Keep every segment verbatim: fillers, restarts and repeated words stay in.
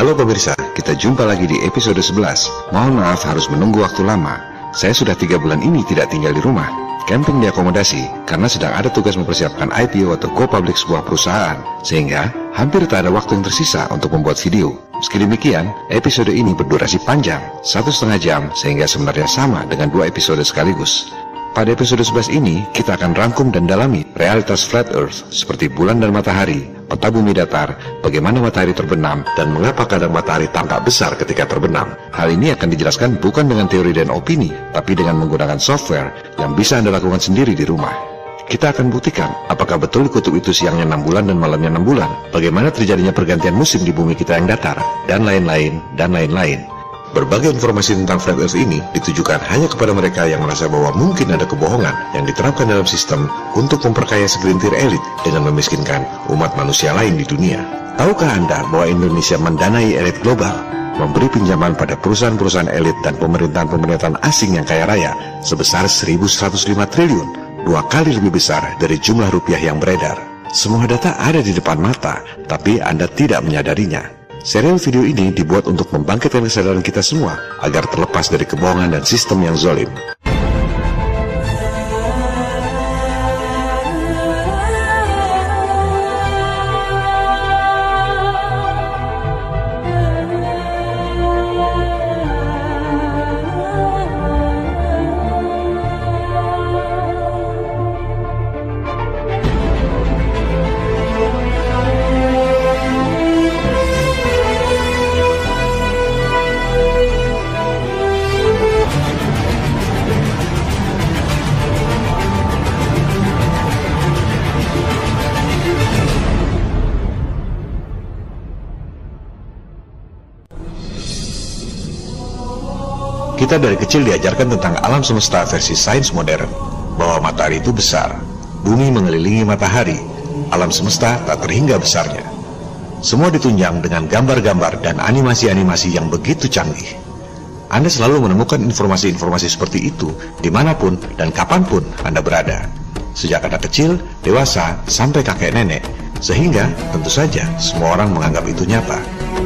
Halo pemirsa, kita jumpa lagi di episode sebelas. Mohon maaf harus menunggu waktu lama. Saya sudah tiga bulan ini tidak tinggal di rumah, camping di akomodasi, karena sedang ada tugas mempersiapkan I P O atau go public sebuah perusahaan, sehingga hampir tak ada waktu yang tersisa untuk membuat video. Meski demikian, episode ini berdurasi panjang, satu setengah jam, sehingga sebenarnya sama dengan dua episode sekaligus. Pada episode sebelas ini, kita akan rangkum dan dalami realitas flat earth seperti bulan dan matahari, peta bumi datar, bagaimana matahari terbenam, dan mengapa kadang matahari tampak besar ketika terbenam. Hal ini akan dijelaskan bukan dengan teori dan opini, tapi dengan menggunakan software yang bisa Anda lakukan sendiri di rumah. Kita akan buktikan apakah betul kutub itu siangnya enam bulan dan malamnya enam bulan, bagaimana terjadinya pergantian musim di bumi kita yang datar, dan lain-lain, dan lain-lain. Berbagai informasi tentang flat earth ini ditujukan hanya kepada mereka yang merasa bahwa mungkin ada kebohongan yang diterapkan dalam sistem untuk memperkaya segelintir elit dengan memiskinkan umat manusia lain di dunia. Tahukah Anda bahwa Indonesia mendanai elit global, memberi pinjaman pada perusahaan-perusahaan elit dan pemerintahan-pemerintahan asing yang kaya raya sebesar seribu seratus lima triliun, dua kali lebih besar dari jumlah rupiah yang beredar. Semua data ada di depan mata, tapi Anda tidak menyadarinya. Serial video ini dibuat untuk membangkitkan kesadaran kita semua agar terlepas dari kebohongan dan sistem yang zalim. Kita dari kecil diajarkan tentang alam semesta versi sains modern, bahwa matahari itu besar, bumi mengelilingi matahari, alam semesta tak terhingga besarnya. Semua ditunjang dengan gambar-gambar dan animasi-animasi yang begitu canggih. Anda selalu menemukan informasi-informasi seperti itu dimanapun dan kapanpun Anda berada, sejak anak kecil, dewasa, sampai kakek nenek, sehingga tentu saja semua orang menganggap itu nyata.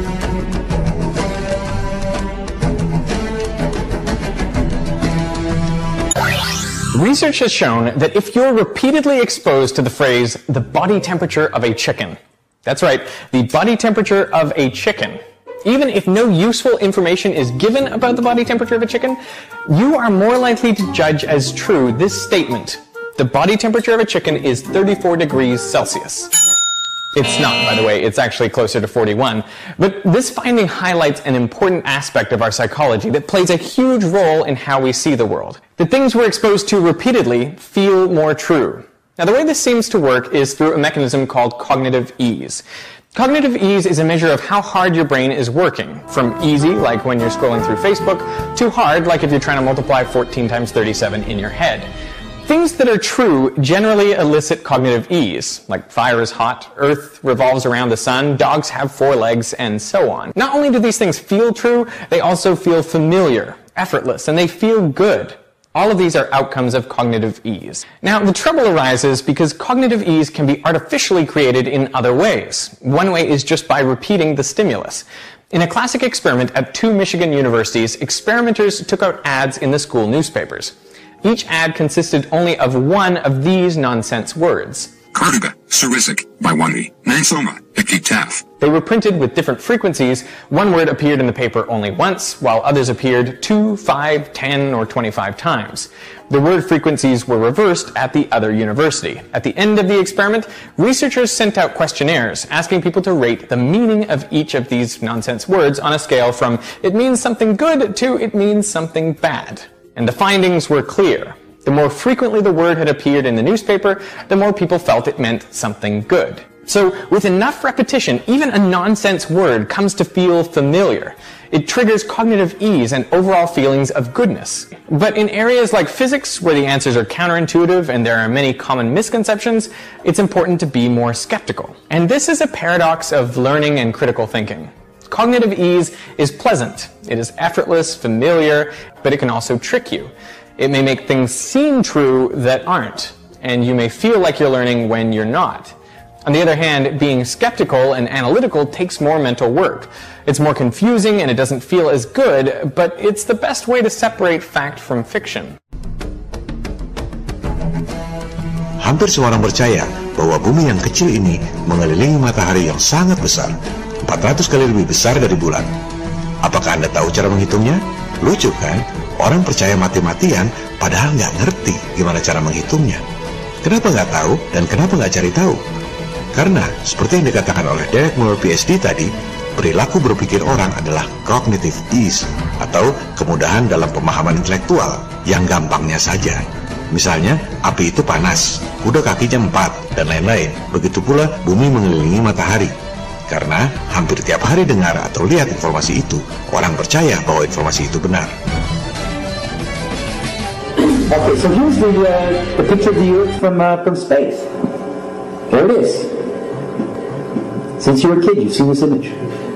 Research has shown that if you're repeatedly exposed to the phrase, the body temperature of a chicken, that's right, the body temperature of a chicken, even if no useful information is given about the body temperature of a chicken, you are more likely to judge as true this statement: the body temperature of a chicken is thirty-four degrees Celsius. It's not, by the way, it's actually closer to forty-one. But this finding highlights an important aspect of our psychology that plays a huge role in how we see the world. The things we're exposed to repeatedly feel more true. Now, the way this seems to work is through a mechanism called cognitive ease. Cognitive ease is a measure of how hard your brain is working, from easy, like when you're scrolling through Facebook, to hard, like if you're trying to multiply fourteen times thirty-seven in your head. Things that are true generally elicit cognitive ease, like fire is hot, earth revolves around the sun, dogs have four legs, and so on. Not only do these things feel true, they also feel familiar, effortless, and they feel good. All of these are outcomes of cognitive ease. Now, the trouble arises because cognitive ease can be artificially created in other ways. One way is just by repeating the stimulus. In a classic experiment at two Michigan universities, experimenters took out ads in the school newspapers. Each ad consisted only of one of these nonsense words. Cardiga, Sarisic, Baiwani, Nansoma, Ikitaf. They were printed with different frequencies. One word appeared in the paper only once, while others appeared two, five, ten, or twenty-five times. The word frequencies were reversed at the other university. At the end of the experiment, researchers sent out questionnaires asking people to rate the meaning of each of these nonsense words on a scale from it means something good to it means something bad. And the findings were clear. The more frequently the word had appeared in the newspaper, the more people felt it meant something good. So, with enough repetition, even a nonsense word comes to feel familiar. It triggers cognitive ease and overall feelings of goodness. But in areas like physics, where the answers are counterintuitive and there are many common misconceptions, it's important to be more skeptical. And this is a paradox of learning and critical thinking. Cognitive ease is pleasant. It is effortless, familiar, but it can also trick you. It may make things seem true that aren't, and you may feel like you're learning when you're not. On the other hand, being skeptical and analytical takes more mental work. It's more confusing and it doesn't feel as good, but it's the best way to separate fact from fiction. Hampir semua orang percaya bahwa bumi yang kecil ini mengelilingi matahari yang sangat besar, empat ratus kali lebih besar dari bulan. Apakah Anda tahu cara menghitungnya? Lucu kan? Orang percaya mati-matian padahal nggak ngerti gimana cara menghitungnya. Kenapa nggak tahu dan kenapa nggak cari tahu? Karena, seperti yang dikatakan oleh Derek Muller P H D tadi, perilaku berpikir orang adalah cognitive ease, atau kemudahan dalam pemahaman intelektual, yang gampangnya saja. Misalnya, api itu panas, kuda kakinya empat, dan lain-lain. Begitu pula bumi mengelilingi matahari. Karena hampir tiap hari dengar atau lihat informasi itu, orang percaya bahwa informasi itu benar. Okay, so here's the, uh, the picture of the Earth from, uh, from space. There it is. Since you were a kid, you've seen this image.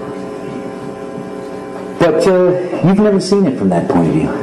But uh, you've never seen it from that point of view.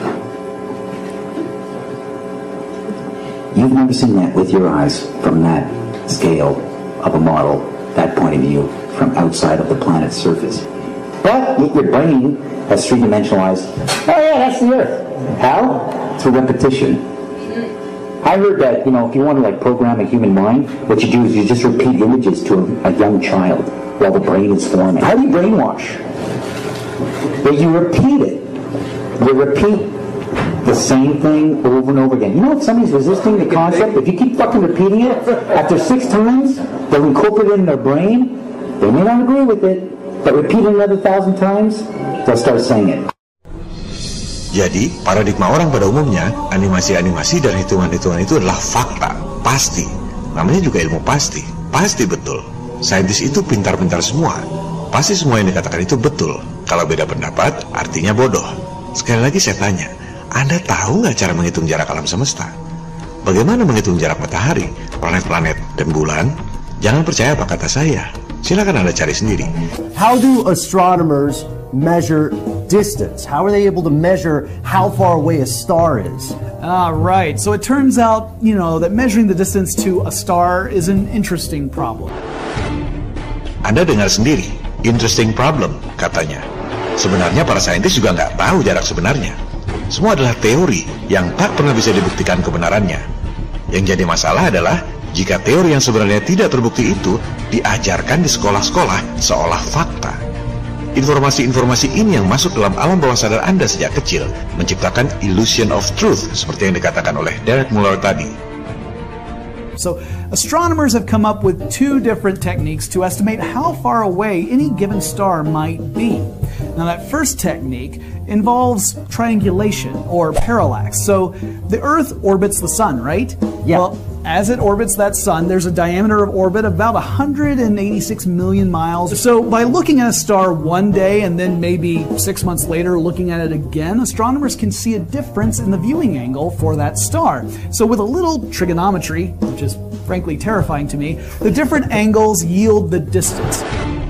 You've never seen that with your eyes from that scale of a model, that point of view, from outside of the planet's surface. But your brain has three-dimensionalized, oh yeah, that's the Earth. How? Through repetition. I heard that, you know, if you want to like program a human mind, what you do is you just repeat images to a, a young child while the brain is forming. How do you brainwash? That you repeat it. You repeat the same thing over and over again. You know if somebody's resisting the concept, if you keep fucking repeating it, after six times, they'll incorporate it in their brain. They may not agree with it, but repeat it another thousand times, they'll start saying it. Jadi, paradigma orang pada umumnya, animasi-animasi dan hitungan-hitungan itu adalah fakta, pasti. Namanya juga ilmu pasti, pasti betul. Saintis itu pintar-pintar semua. Pasti semua yang dikatakan itu betul. Kalau beda pendapat, artinya bodoh. Sekali lagi saya tanya, Anda tahu nggak cara menghitung jarak alam semesta? Bagaimana menghitung jarak matahari, planet-planet, dan bulan? Jangan percaya apa kata saya. Silakan Anda cari sendiri. How do astronomers measure distance? How are they able to measure how far away a star is? Ah, right. So it turns out, you know, that measuring the distance to a star is an interesting problem. Anda dengar sendiri, interesting problem, katanya. Sebenarnya para saintis juga nggak tahu jarak sebenarnya. Semua adalah teori yang tak pernah bisa dibuktikan kebenarannya. Yang jadi masalah adalah jika teori yang sebenarnya tidak terbukti itu diajarkan di sekolah-sekolah seolah fakta. Informasi-informasi ini yang masuk dalam alam bawah sadar Anda sejak kecil menciptakan illusion of truth seperti yang dikatakan oleh Derek Muller tadi. So, astronomers have come up with two different techniques to estimate how far away any given star might be. Now, that first technique involves triangulation or parallax. So, the Earth orbits the Sun, right? Yeah. Well, as it orbits that sun, there's a diameter of orbit of about one hundred eighty-six million miles. So by looking at a star one day and then maybe six months later looking at it again, astronomers can see a difference in the viewing angle for that star. So with a little trigonometry, which is frankly terrifying to me, the different angles yield the distance.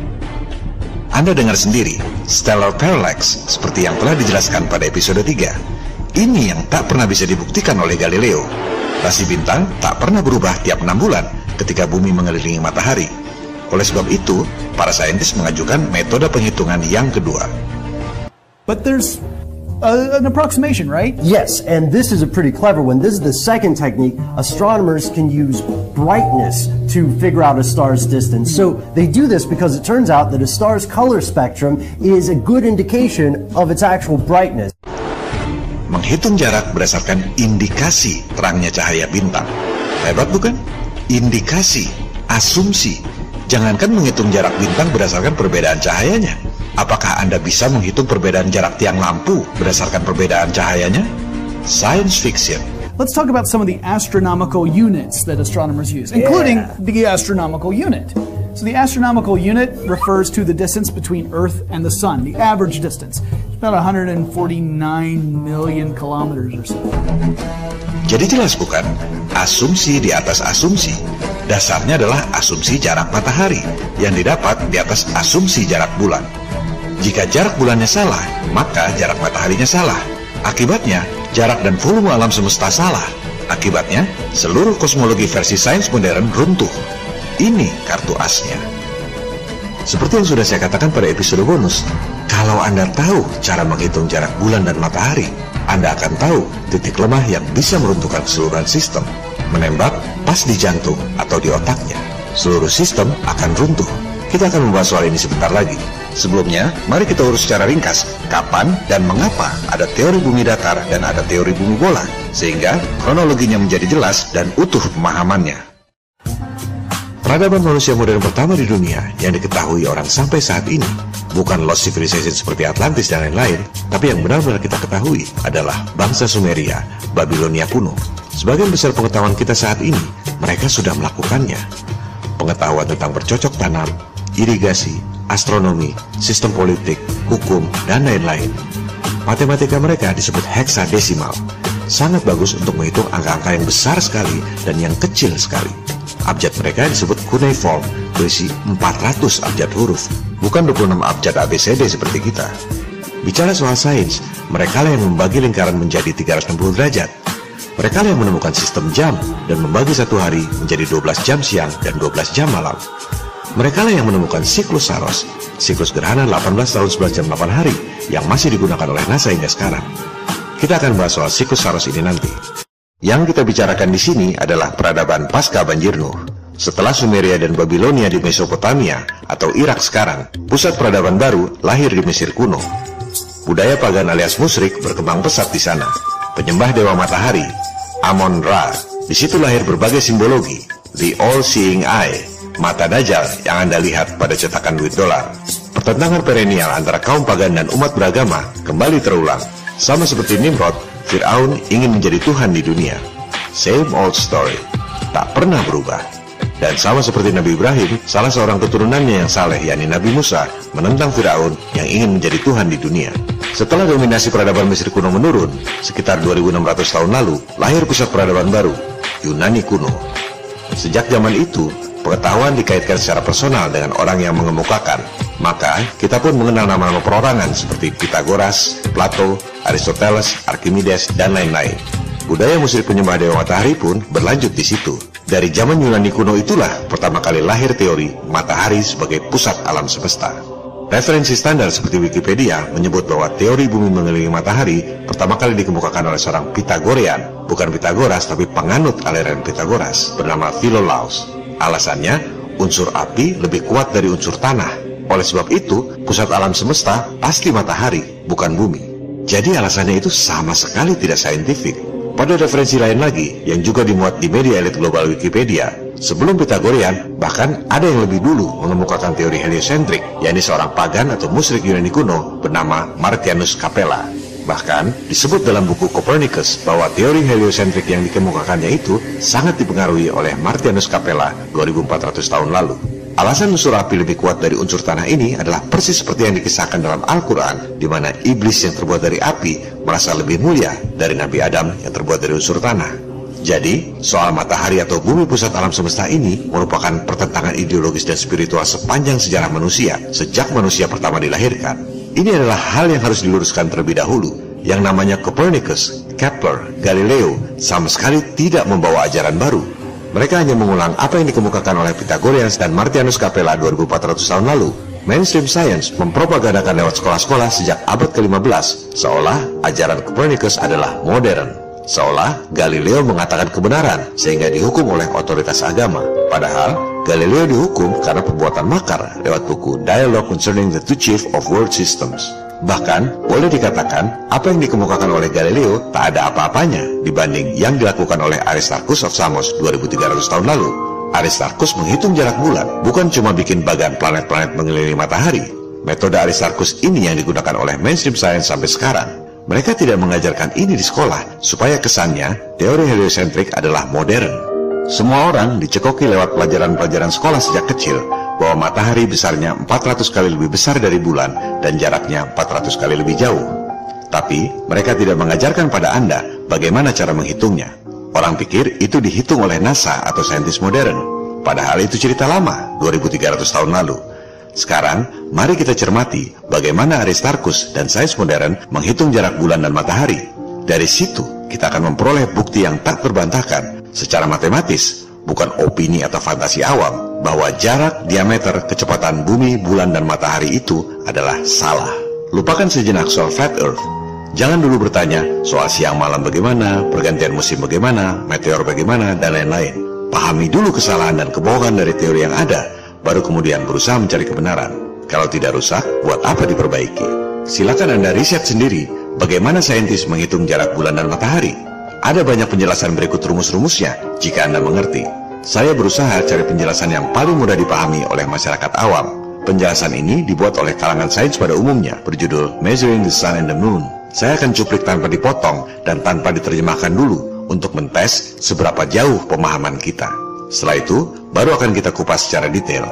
Anda dengar sendiri, stellar parallax, seperti yang telah dijelaskan pada episode tiga. Ini yang tak pernah bisa dibuktikan oleh Galileo. Rasi bintang tak pernah berubah tiap enam bulan ketika bumi mengelilingi matahari. Oleh sebab itu, para saintis mengajukan metode penghitungan yang kedua. But there's a, an approximation, right? Yes, and this is a pretty clever one. This is the second technique. Astronomers can use brightness to figure out a star's distance. So they do this because it turns out that a star's color spectrum is a good indication of its actual brightness. Menghitung jarak berdasarkan indikasi terangnya cahaya bintang. Hebat bukan? Indikasi, asumsi. Jangankan menghitung jarak bintang berdasarkan perbedaan cahayanya. Apakah Anda bisa menghitung perbedaan jarak tiang lampu berdasarkan perbedaan cahayanya? Science fiction. Let's talk about some of the astronomical units that astronomers use, including yeah. the astronomical unit. So the astronomical unit refers to the distance between Earth and the Sun, the average distance. It's about one hundred forty-nine million kilometers or so. Jadi jelas bukan? Asumsi di atas asumsi. Dasarnya adalah asumsi jarak matahari yang didapat di atas asumsi jarak bulan. Jika jarak bulannya salah, maka jarak mataharinya salah. Akibatnya, jarak dan volume alam semesta salah. Akibatnya, seluruh kosmologi versi sains modern runtuh. ini kartu asnya. Seperti yang sudah saya katakan pada episode bonus, kalau Anda tahu cara menghitung jarak bulan dan matahari, Anda akan tahu titik lemah yang bisa meruntuhkan keseluruhan sistem. Menembak pas di jantung atau di otaknya, seluruh sistem akan runtuh. Kita akan membahas soal ini sebentar lagi. Sebelumnya, mari kita urus secara ringkas kapan dan mengapa ada teori bumi datar dan ada teori bumi bola, sehingga kronologinya menjadi jelas dan utuh pemahamannya. Peradaban manusia modern pertama di dunia yang diketahui orang sampai saat ini bukan lost civilization seperti Atlantis dan lain-lain, tapi yang benar-benar kita ketahui adalah bangsa Sumeria, Babilonia kuno. Sebagian besar pengetahuan kita saat ini, mereka sudah melakukannya. Pengetahuan tentang bercocok tanam, irigasi, astronomi, sistem politik, hukum, dan lain-lain. Matematika mereka disebut heksadesimal. Sangat bagus untuk menghitung angka-angka yang besar sekali dan yang kecil sekali. Abjad mereka disebut cuneiform, berisi empat ratus abjad huruf, bukan dua puluh enam abjad A B C D seperti kita. Bicara soal sains, mereka lah yang membagi lingkaran menjadi tiga ratus enam puluh derajat. Mereka lah yang menemukan sistem jam dan membagi satu hari menjadi dua belas jam siang dan dua belas jam malam. Mereka lah yang menemukan siklus Saros, siklus gerhana delapan belas tahun sebelas jam delapan hari yang masih digunakan oleh NASA hingga sekarang. Kita akan bahas soal siklus Saros ini nanti. Yang kita bicarakan di sini adalah peradaban pasca banjir Nuh. Setelah Sumeria dan Babilonia di Mesopotamia atau Irak sekarang, pusat peradaban baru lahir di Mesir kuno. Budaya pagan alias musyrik berkembang pesat di sana. Penyembah dewa matahari, Amon-Ra. Di situ lahir berbagai simbologi, the all-seeing eye, mata Dajjal yang Anda lihat pada cetakan duit dolar. Pertentangan perennial antara kaum pagan dan umat beragama kembali terulang. Sama seperti Nimrod, Fir'aun ingin menjadi Tuhan di dunia. Same old story, tak pernah berubah. Dan sama seperti Nabi Ibrahim, salah seorang keturunannya yang saleh, yakni Nabi Musa, menentang Fir'aun yang ingin menjadi Tuhan di dunia. Setelah dominasi peradaban Mesir kuno menurun, sekitar dua ribu enam ratus tahun lalu, lahir pusat peradaban baru, Yunani kuno. Sejak zaman itu, pengetahuan dikaitkan secara personal dengan orang yang mengemukakan. Maka, kita pun mengenal nama-nama perorangan seperti Pythagoras, Plato, Aristoteles, Archimedes, dan lain-lain. Budaya musyrik penyembah dewa matahari pun berlanjut di situ. Dari zaman Yunani kuno itulah pertama kali lahir teori matahari sebagai pusat alam semesta. Referensi standar seperti Wikipedia menyebut bahwa teori bumi mengelilingi matahari pertama kali dikemukakan oleh seorang Pythagorean, bukan Pythagoras tapi penganut aliran Pythagoras, bernama Philolaus. Alasannya, unsur api lebih kuat dari unsur tanah. Oleh sebab itu, pusat alam semesta pasti matahari, bukan bumi. Jadi alasannya itu sama sekali tidak saintifik. Pada referensi lain lagi, yang juga dimuat di media elit global Wikipedia, sebelum Pythagorean, bahkan ada yang lebih dulu mengemukakan teori heliosentrik, yakni seorang pagan atau musyrik Yunani kuno bernama Martianus Capella. Bahkan disebut dalam buku Copernicus bahwa teori heliosentrik yang dikemukakannya itu sangat dipengaruhi oleh Martianus Capella dua ribu empat ratus tahun lalu. Alasan unsur api lebih kuat dari unsur tanah ini adalah persis seperti yang dikisahkan dalam Al-Quran, di mana iblis yang terbuat dari api merasa lebih mulia dari Nabi Adam yang terbuat dari unsur tanah. Jadi, soal matahari atau bumi pusat alam semesta ini merupakan pertentangan ideologis dan spiritual sepanjang sejarah manusia, sejak manusia pertama dilahirkan. Ini adalah hal yang harus diluruskan terlebih dahulu. Yang namanya Copernicus, Kepler, Galileo sama sekali tidak membawa ajaran baru. Mereka hanya mengulang apa yang dikemukakan oleh Pythagoreans dan Martianus Capella dua ribu empat ratus tahun lalu. Mainstream science mempropagandakan lewat sekolah-sekolah sejak abad ke lima belas, seolah ajaran Copernicus adalah modern. Seolah Galileo mengatakan kebenaran sehingga dihukum oleh otoritas agama. Padahal Galileo dihukum karena perbuatan makar lewat buku Dialogue Concerning the Two Chief of World Systems. Bahkan, boleh dikatakan, apa yang dikemukakan oleh Galileo tak ada apa-apanya dibanding yang dilakukan oleh Aristarchus of Samos dua ribu tiga ratus tahun lalu. Aristarchus menghitung jarak bulan, bukan cuma bikin bagan planet-planet mengelilingi matahari. Metode Aristarchus ini yang digunakan oleh mainstream science sampai sekarang. Mereka tidak mengajarkan ini di sekolah, supaya kesannya teori heliosentrik adalah modern. Semua orang dicekoki lewat pelajaran-pelajaran sekolah sejak kecil, bahwa matahari besarnya empat ratus kali lebih besar dari bulan dan jaraknya empat ratus kali lebih jauh. Tapi mereka tidak mengajarkan pada Anda bagaimana cara menghitungnya. Orang pikir itu dihitung oleh NASA atau saintis modern. Padahal itu cerita lama, dua ribu tiga ratus tahun lalu. Sekarang, mari kita cermati bagaimana Aristarchus dan sains modern menghitung jarak bulan dan matahari. Dari situ, kita akan memperoleh bukti yang tak terbantahkan secara matematis, bukan opini atau fantasi awam. bahwa jarak, diameter, kecepatan bumi, bulan, dan matahari itu adalah salah. Lupakan sejenak soal flat earth. Jangan dulu bertanya soal siang malam bagaimana, pergantian musim bagaimana, meteor bagaimana, dan lain-lain. Pahami dulu kesalahan dan kebohongan dari teori yang ada, baru kemudian berusaha mencari kebenaran. Kalau tidak rusak, buat apa diperbaiki? Silakan Anda riset sendiri bagaimana saintis menghitung jarak bulan dan matahari. Ada banyak penjelasan berikut rumus-rumusnya jika Anda mengerti. Saya berusaha cari penjelasan yang paling mudah dipahami oleh masyarakat awam. Penjelasan ini dibuat oleh kalangan sains pada umumnya, berjudul Measuring the Sun and the Moon. Saya akan cuplik tanpa dipotong dan tanpa diterjemahkan dulu untuk mentes seberapa jauh pemahaman kita. Setelah itu, baru akan kita kupas secara detail.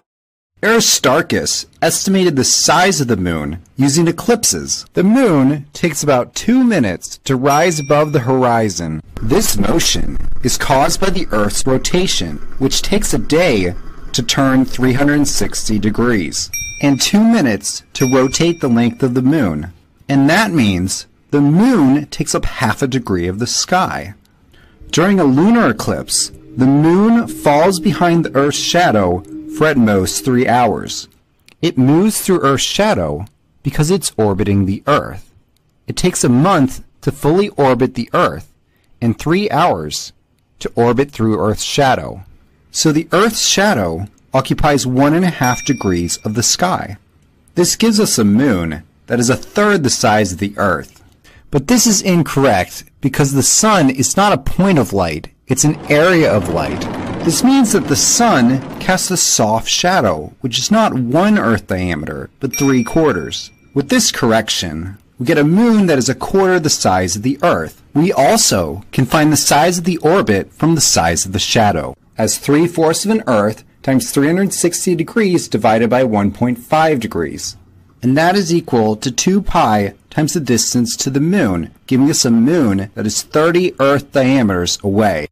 Aristarchus estimated the size of the moon using eclipses. The moon takes about two minutes to rise above the horizon. This motion is caused by the Earth's rotation, which takes a day to turn three hundred sixty degrees, and two minutes to rotate the length of the moon. And that means the moon takes up half a degree of the sky. During a lunar eclipse, the moon falls behind the Earth's shadow for at most three hours. It moves through Earth's shadow because it's orbiting the Earth. It takes a month to fully orbit the Earth and three hours to orbit through Earth's shadow. So the Earth's shadow occupies one and a half degrees of the sky. This gives us a moon that is a third the size of the Earth. But this is incorrect because the sun is not a point of light, it's an area of light. This means that the sun casts a soft shadow, which is not one Earth diameter, but three quarters. With this correction, we get a moon that is a quarter the size of the Earth. We also can find the size of the orbit from the size of the shadow, as three-fourths of an Earth times three hundred sixty degrees divided by one point five degrees. And that is equal to two pi times the distance to the moon, giving us a moon that is thirty Earth diameters away.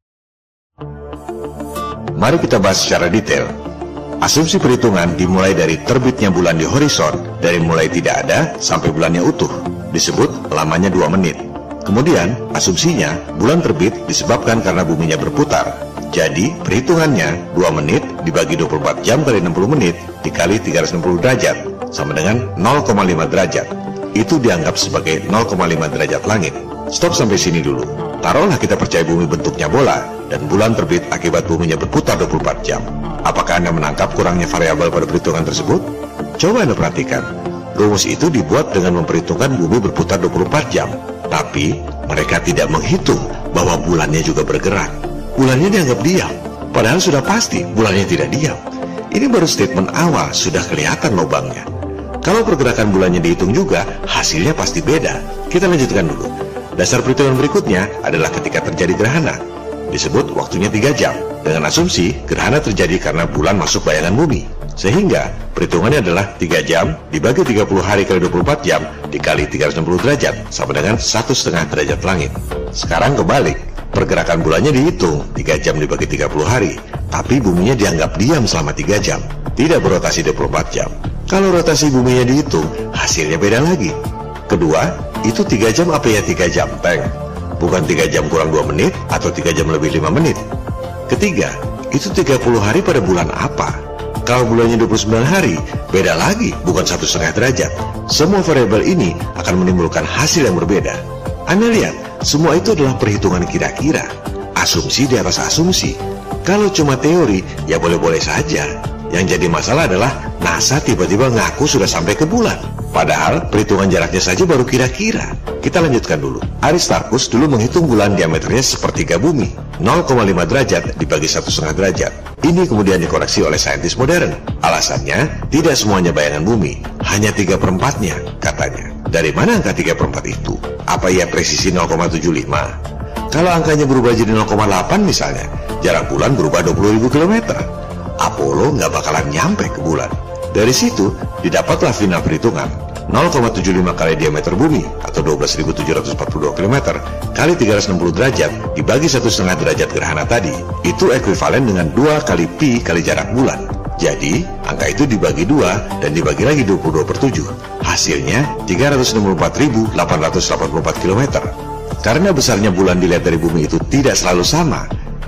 Mari kita bahas secara detail. Asumsi perhitungan dimulai dari terbitnya bulan di horizon, dari mulai tidak ada sampai bulannya utuh. Disebut lamanya dua menit. Kemudian, asumsinya bulan terbit disebabkan karena buminya berputar. Jadi, perhitungannya dua menit dibagi dua puluh empat jam kali enam puluh menit dikali tiga ratus enam puluh derajat, sama dengan nol koma lima derajat. Itu dianggap sebagai nol koma lima derajat langit. Stop sampai sini dulu. Taruhlah kita percaya bumi bentuknya bola dan bulan terbit akibat buminya berputar dua puluh empat jam. Apakah Anda menangkap kurangnya variabel pada perhitungan tersebut? Coba Anda perhatikan. Rumus itu dibuat dengan memperhitungkan bumi berputar dua puluh empat jam. Tapi mereka tidak menghitung bahwa bulannya juga bergerak. Bulannya dianggap diam, padahal sudah pasti bulannya tidak diam. Ini baru statement awal, sudah kelihatan lubangnya. Kalau pergerakan bulannya dihitung juga, hasilnya pasti beda. Kita lanjutkan dulu. Dasar perhitungan berikutnya adalah ketika terjadi gerhana. Disebut waktunya tiga jam, dengan asumsi gerhana terjadi karena bulan masuk bayangan bumi. Sehingga perhitungannya adalah tiga jam dibagi tiga puluh hari kali dua puluh empat jam dikali tiga ratus enam puluh derajat, sama dengan satu koma lima derajat langit. Sekarang kebalik, pergerakan bulannya dihitung tiga jam dibagi tiga puluh hari, tapi buminya dianggap diam selama tiga jam, tidak berotasi dua puluh empat jam. Kalau rotasi buminya dihitung, hasilnya beda lagi. Kedua, itu tiga jam apa ya tiga jam, Teng? Bukan tiga jam kurang dua menit atau tiga jam lebih lima menit. Ketiga, itu tiga puluh hari pada bulan apa? Kalau bulannya dua puluh sembilan hari, beda lagi, bukan satu koma lima derajat. Semua variabel ini akan menimbulkan hasil yang berbeda. Anda lihat, semua itu adalah perhitungan kira-kira, asumsi di atas asumsi. Kalau cuma teori, ya boleh-boleh saja. Yang jadi masalah adalah NASA tiba-tiba ngaku sudah sampai ke bulan. Padahal perhitungan jaraknya saja baru kira-kira. Kita lanjutkan dulu. Aristarchus dulu menghitung bulan diameternya sepertiga bumi, nol koma lima derajat dibagi satu koma lima derajat. Ini kemudian dikoreksi oleh saintis modern. Alasannya, tidak semuanya bayangan bumi, hanya tiga per empatnya, katanya. Dari mana angka tiga per empat itu? Apa ia presisi nol koma tujuh lima? Kalau angkanya berubah jadi nol koma delapan misalnya, jarak bulan berubah dua puluh ribu kilometer. Apollo nggak bakalan nyampe ke bulan. Dari situ, didapatlah final perhitungan. nol koma tujuh lima kali diameter bumi, atau dua belas ribu tujuh ratus empat puluh dua kilometer, kali tiga ratus enam puluh derajat, dibagi satu koma lima derajat gerhana tadi. Itu ekuivalen dengan dua kali pi kali jarak bulan. Jadi, angka itu dibagi dua dan dibagi lagi dua puluh dua per tujuh. Hasilnya, tiga ratus enam puluh empat ribu delapan ratus delapan puluh empat kilometer. Karena besarnya bulan dilihat dari bumi itu tidak selalu sama,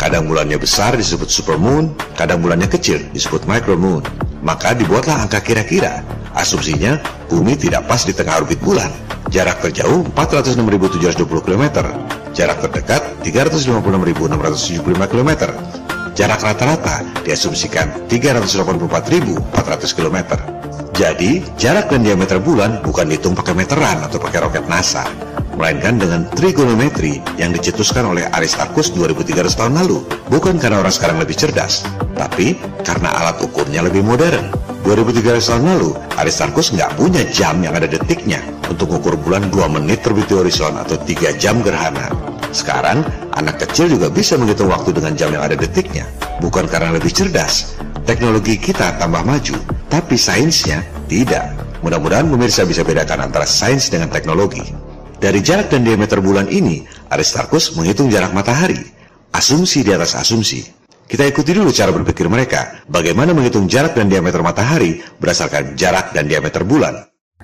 Kadang bulannya besar disebut supermoon, kadang bulannya kecil disebut micromoon. Maka dibuatlah angka kira-kira. Asumsinya, bumi tidak pas di tengah orbit bulan. Jarak terjauh empat ratus enam ribu tujuh ratus dua puluh kilometer. Jarak terdekat tiga ratus lima puluh enam ribu enam ratus tujuh puluh lima kilometer. Jarak rata-rata diasumsikan tiga ratus delapan puluh empat ribu empat ratus kilometer. Jadi, jarak dan diameter bulan bukan dihitung pakai meteran atau pakai roket NASA, melainkan dengan trigonometri yang dicetuskan oleh Aristarchus dua ribu tiga ratus tahun lalu. Bukan karena orang sekarang lebih cerdas, tapi karena alat ukurnya lebih modern. dua ribu tiga ratus tahun lalu, Aristarchus nggak punya jam yang ada detiknya untuk mengukur bulan dua menit terbit di horizon atau tiga jam gerhana. Sekarang, anak kecil juga bisa menghitung waktu dengan jam yang ada detiknya. Bukan karena lebih cerdas, teknologi kita tambah maju, tapi sainsnya tidak. Mudah-mudahan pemirsa bisa bedakan antara sains dengan teknologi. Dari jarak dan diameter bulan ini, Aristarchus menghitung jarak matahari. Asumsi di atas asumsi. Kita ikuti dulu cara berpikir mereka, bagaimana menghitung jarak dan diameter matahari berdasarkan jarak dan diameter bulan.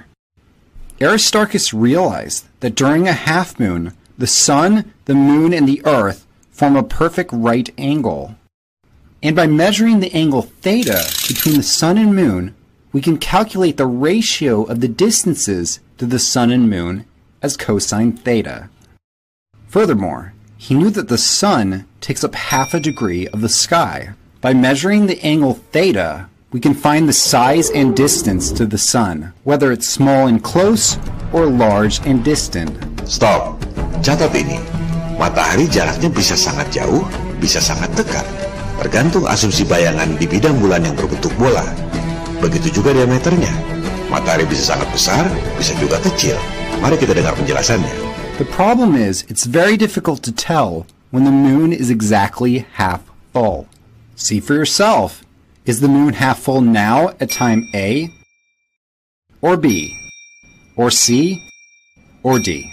Aristarchus realized that during a half moon, the sun, the moon, and the earth form a perfect right angle. And by measuring the angle theta between the sun and moon, we can calculate the ratio of the distances to the sun and moon as cosine theta. Furthermore, he knew that the sun takes up half a degree of the sky. By measuring the angle theta, we can find the size and distance to the sun, whether it's small and close or large and distant. Stop. Catat ini. Matahari jaraknya bisa sangat jauh, bisa sangat dekat. Tergantung asumsi bayangan di bidang bulan yang berbentuk bola. Begitu juga diameternya. Matahari bisa sangat besar, bisa juga kecil. Mari kita dengar penjelasannya. The problem is, it's very difficult to tell when the moon is exactly half full. See for yourself. Is the moon half full now at time A, or B, or C, or D?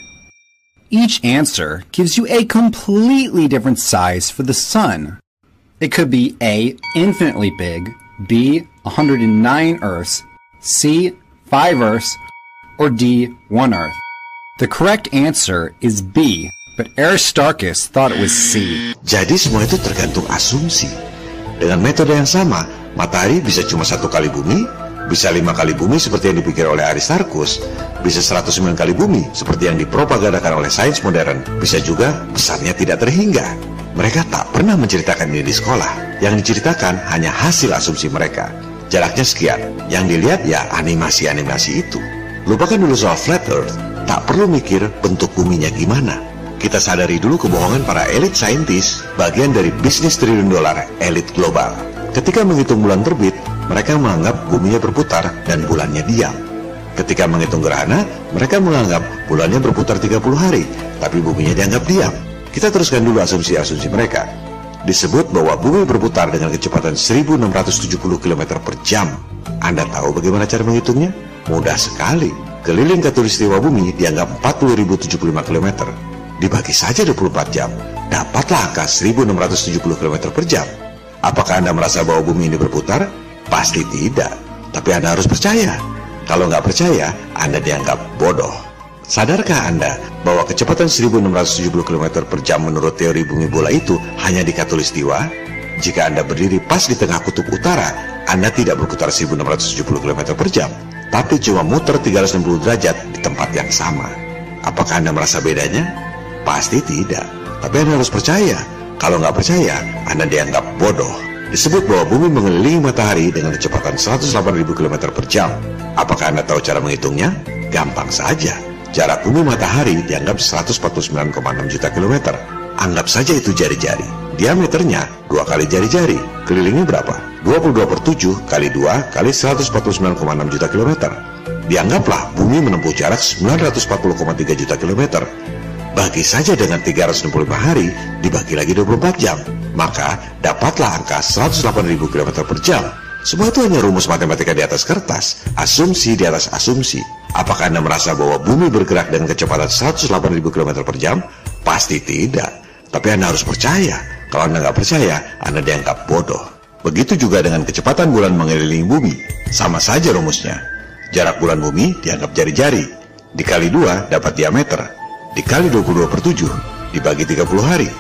Each answer gives you a completely different size for the sun. It could be A, infinitely big, B, one hundred nine Earths, C, five Earths, or D, one Earth. The correct answer is B, but Aristarchus thought it was C. Jadi semua itu tergantung asumsi. Dengan metode yang sama, matahari bisa cuma satu kali bumi, bisa lima kali bumi seperti yang dipikir oleh Aristarchus, bisa seratus sembilan kali bumi seperti yang dipropagandakan oleh sains modern, bisa juga besarnya tidak terhingga. Mereka tak pernah menceritakan ini di sekolah. Yang diceritakan hanya hasil asumsi mereka. Jaraknya sekian, yang dilihat ya animasi-animasi itu. Lupakan dulu soal flat earth, tak perlu mikir bentuk buminya gimana. Kita sadari dulu kebohongan para elit saintis, bagian dari bisnis triliun dolar elit global. Ketika menghitung bulan terbit, mereka menganggap buminya berputar dan bulannya diam. Ketika menghitung gerhana, mereka menganggap bulannya berputar tiga puluh hari, tapi buminya dianggap diam. Kita teruskan dulu asumsi-asumsi mereka. Disebut bahwa bumi berputar dengan kecepatan seribu enam ratus tujuh puluh kilometer per jam. Anda tahu bagaimana cara menghitungnya? Mudah sekali. Keliling khatulistiwa bumi dianggap empat puluh ribu tujuh puluh lima kilometer. Dibagi saja dua puluh empat jam. Dapatlah angka seribu enam ratus tujuh puluh kilometer per jam. Apakah Anda merasa bahwa bumi ini berputar? Pasti tidak. Tapi Anda harus percaya. Kalau nggak percaya, Anda dianggap bodoh. Sadarkah Anda bahwa kecepatan seribu enam ratus tujuh puluh kilometer per jam menurut teori bumi bola itu hanya di khatulistiwa? Jika Anda berdiri pas di tengah kutub utara, Anda tidak berputar seribu enam ratus tujuh puluh kilometer per jam, tapi cuma muter tiga ratus enam puluh derajat di tempat yang sama. Apakah Anda merasa bedanya? Pasti tidak. Tapi Anda harus percaya. Kalau nggak percaya, Anda dianggap bodoh. Disebut bahwa bumi mengelilingi matahari dengan kecepatan seratus delapan ribu kilometer per jam. Apakah Anda tahu cara menghitungnya? Gampang saja. Jarak bumi matahari dianggap seratus empat puluh sembilan koma enam juta kilometer. Anggap saja itu jari-jari. Diameternya dua kali jari-jari. Kelilingnya berapa? dua puluh dua per tujuh kali dua kali seratus empat puluh sembilan koma enam juta kilometer. Dianggaplah bumi menempuh jarak sembilan ratus empat puluh koma tiga juta kilometer. Bagi saja dengan tiga ratus enam puluh lima hari, dibagi lagi dua puluh empat jam. Maka dapatlah angka seratus delapan ribu kilometer per jam. Semua itu hanya rumus matematika di atas kertas, asumsi di atas asumsi. Apakah Anda merasa bahwa bumi bergerak dengan kecepatan seratus delapan ribu kilometer per jam? Pasti tidak. Tapi Anda harus percaya. Kalau Anda nggak percaya, Anda dianggap bodoh. Begitu juga dengan kecepatan bulan mengelilingi bumi. Sama saja rumusnya. Jarak bulan bumi dianggap jari-jari. Dikali dua dapat diameter. Dikali dua puluh dua per tujuh, dibagi tiga puluh hari.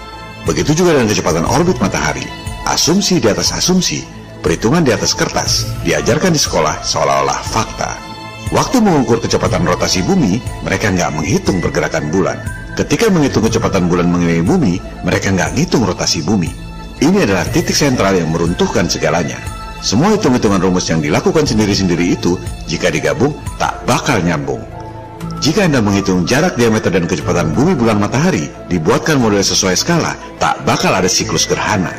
Begitu juga dengan kecepatan orbit matahari. Asumsi di atas asumsi, perhitungan di atas kertas, diajarkan di sekolah seolah-olah fakta. Waktu mengukur kecepatan rotasi bumi, mereka nggak menghitung pergerakan bulan. Ketika menghitung kecepatan bulan mengelilingi bumi, mereka nggak ngitung rotasi bumi. Ini adalah titik sentral yang meruntuhkan segalanya. Semua hitung-hitungan rumus yang dilakukan sendiri-sendiri itu, jika digabung, tak bakal nyambung. Jika Anda menghitung jarak, diameter, dan kecepatan bumi, bulan, matahari, dibuatkan model sesuai skala, tak bakal ada siklus gerhana.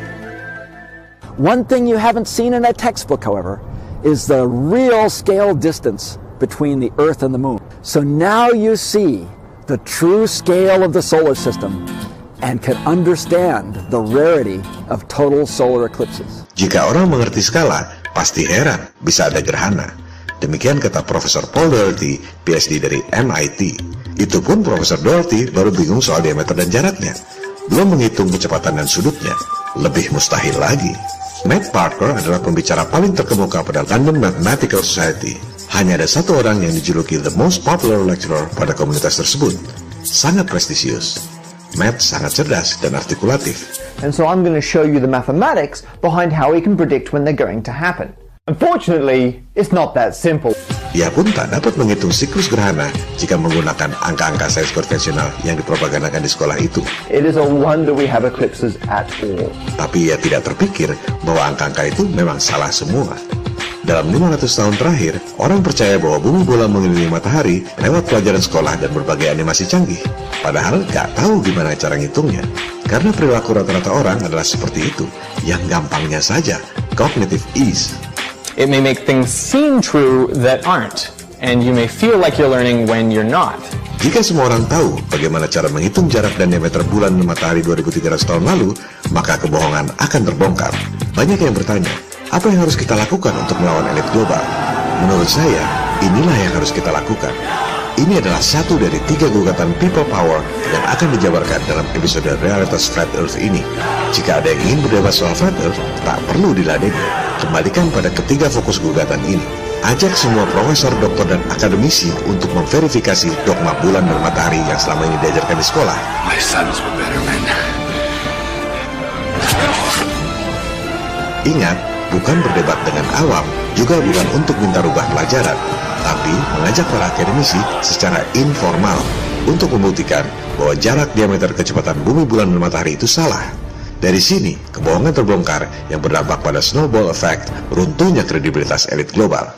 One thing you haven't seen in a textbook, however, is the real scale distance between the Earth and the Moon. So now you see the true scale of the solar system and can understand the rarity of total solar eclipses. Jika orang mengerti skala, pasti heran bisa ada gerhana. Demikian kata Profesor Paul Daugherty, P H D dari M I T. Itu pun Profesor Daugherty baru bingung soal diameter dan jaraknya, belum menghitung kecepatan dan sudutnya. Lebih mustahil lagi. Matt Parker adalah pembicara paling terkemuka pada London Mathematical Society. Hanya ada satu orang yang dijuluki the most popular lecturer pada komunitas tersebut. Sangat prestisius. Matt sangat cerdas dan artikulatif. And so I'm going to show you the mathematics behind how we can predict when they're going to happen. Unfortunately, it's not that simple. Ia pun tak dapat menghitung siklus gerhana jika menggunakan angka-angka sains konvensional yang dipropagandakan di sekolah itu. It is a wonder we have eclipses at all. Tapi ia tidak terpikir bahwa angka-angka itu memang salah semua. Dalam lima ratus tahun terakhir, orang percaya bahwa bumi bola mengelilingi matahari lewat pelajaran sekolah dan berbagai animasi canggih. Padahal gak tahu gimana cara ngitungnya. Karena perilaku rata-rata orang adalah seperti itu. Yang gampangnya saja, cognitive ease. It may make things seem true that aren't, and you may feel like you're learning when you're not. Jika semua orang tahu bagaimana cara menghitung jarak dan diameter bulan dan matahari dua ribu tiga ratus tahun lalu, maka kebohongan akan terbongkar. Banyak yang bertanya, apa yang harus kita lakukan untuk melawan elit global? Menurut saya, inilah yang harus kita lakukan. Ini adalah satu dari tiga gugatan people power yang akan dijabarkan dalam episode Realitas Flat Earth ini. Jika ada yang ingin berdebat soal Flat Earth, tak perlu diladeni. Kembalikan pada ketiga fokus gugatan ini. Ajak semua profesor, doktor, dan akademisi untuk memverifikasi dogma bulan dan matahari yang selama ini diajarkan di sekolah. My sons were better men. Ingat, bukan berdebat dengan awam, juga bukan untuk minta rubah pelajaran, tapi mengajak para akademisi secara informal untuk membuktikan bahwa jarak, diameter, kecepatan bumi, bulan, dan matahari itu salah. Dari sini, kebohongan terbongkar yang berdampak pada snowball effect, runtuhnya kredibilitas elit global.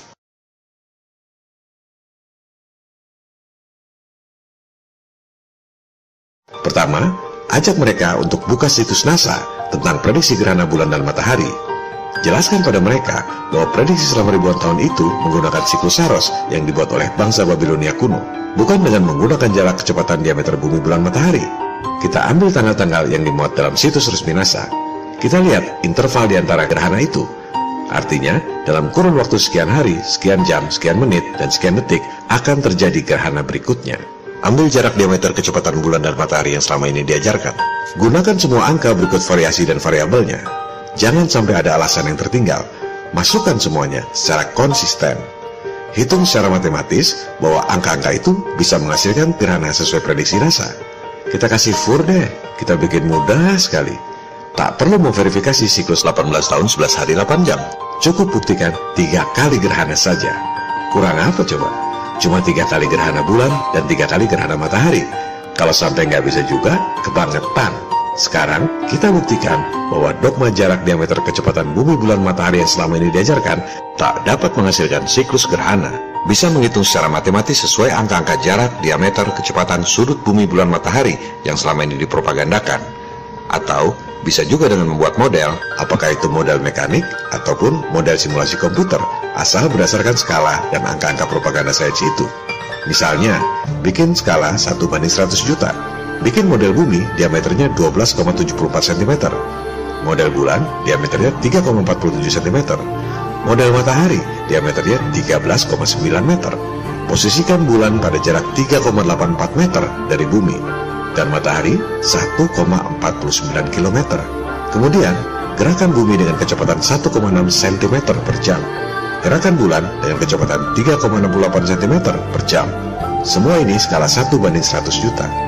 Pertama, ajak mereka untuk buka situs NASA tentang prediksi gerhana bulan dan matahari. Jelaskan pada mereka bahwa prediksi selama ribuan tahun itu menggunakan siklus Saros yang dibuat oleh bangsa Babilonia kuno, bukan dengan menggunakan jarak, kecepatan, diameter bumi, bulan, matahari. Kita ambil tanggal-tanggal yang dimuat dalam situs resmi NASA. Kita lihat interval di antara gerhana itu. Artinya, dalam kurun waktu sekian hari, sekian jam, sekian menit, dan sekian detik akan terjadi gerhana berikutnya. Ambil jarak, diameter, kecepatan bulan dan matahari yang selama ini diajarkan. Gunakan semua angka berikut variasi dan variabelnya. Jangan sampai ada alasan yang tertinggal. Masukkan semuanya secara konsisten. Hitung secara matematis bahwa angka-angka itu bisa menghasilkan gerhana sesuai prediksi NASA. Kita kasih fur deh, kita bikin mudah sekali. Tak perlu memverifikasi siklus delapan belas tahun sebelas hari delapan jam. Cukup buktikan tiga kali gerhana saja. Kurang apa coba? Cuma tiga kali gerhana bulan dan tiga kali gerhana matahari. Kalau sampai nggak bisa juga, kebangetan. Sekarang, kita buktikan bahwa dogma jarak, diameter, kecepatan bumi, bulan, matahari yang selama ini diajarkan tak dapat menghasilkan siklus gerhana. Bisa menghitung secara matematis sesuai angka-angka jarak, diameter, kecepatan, sudut bumi, bulan, matahari yang selama ini dipropagandakan. Atau, bisa juga dengan membuat model, apakah itu model mekanik ataupun model simulasi komputer, asal berdasarkan skala dan angka-angka propaganda sains itu. Misalnya, bikin skala satu banding seratus juta. Bikin model bumi, diameternya dua belas koma tujuh empat sentimeter. Model bulan, diameternya tiga koma empat tujuh sentimeter. Model matahari, diameternya tiga belas koma sembilan meter. Posisikan bulan pada jarak tiga koma delapan empat meter dari bumi, dan matahari satu koma empat sembilan kilometer. Kemudian, gerakan bumi dengan kecepatan satu koma enam sentimeter per jam. Gerakan bulan dengan kecepatan tiga koma enam delapan sentimeter per jam. Semua ini skala satu banding seratus juta.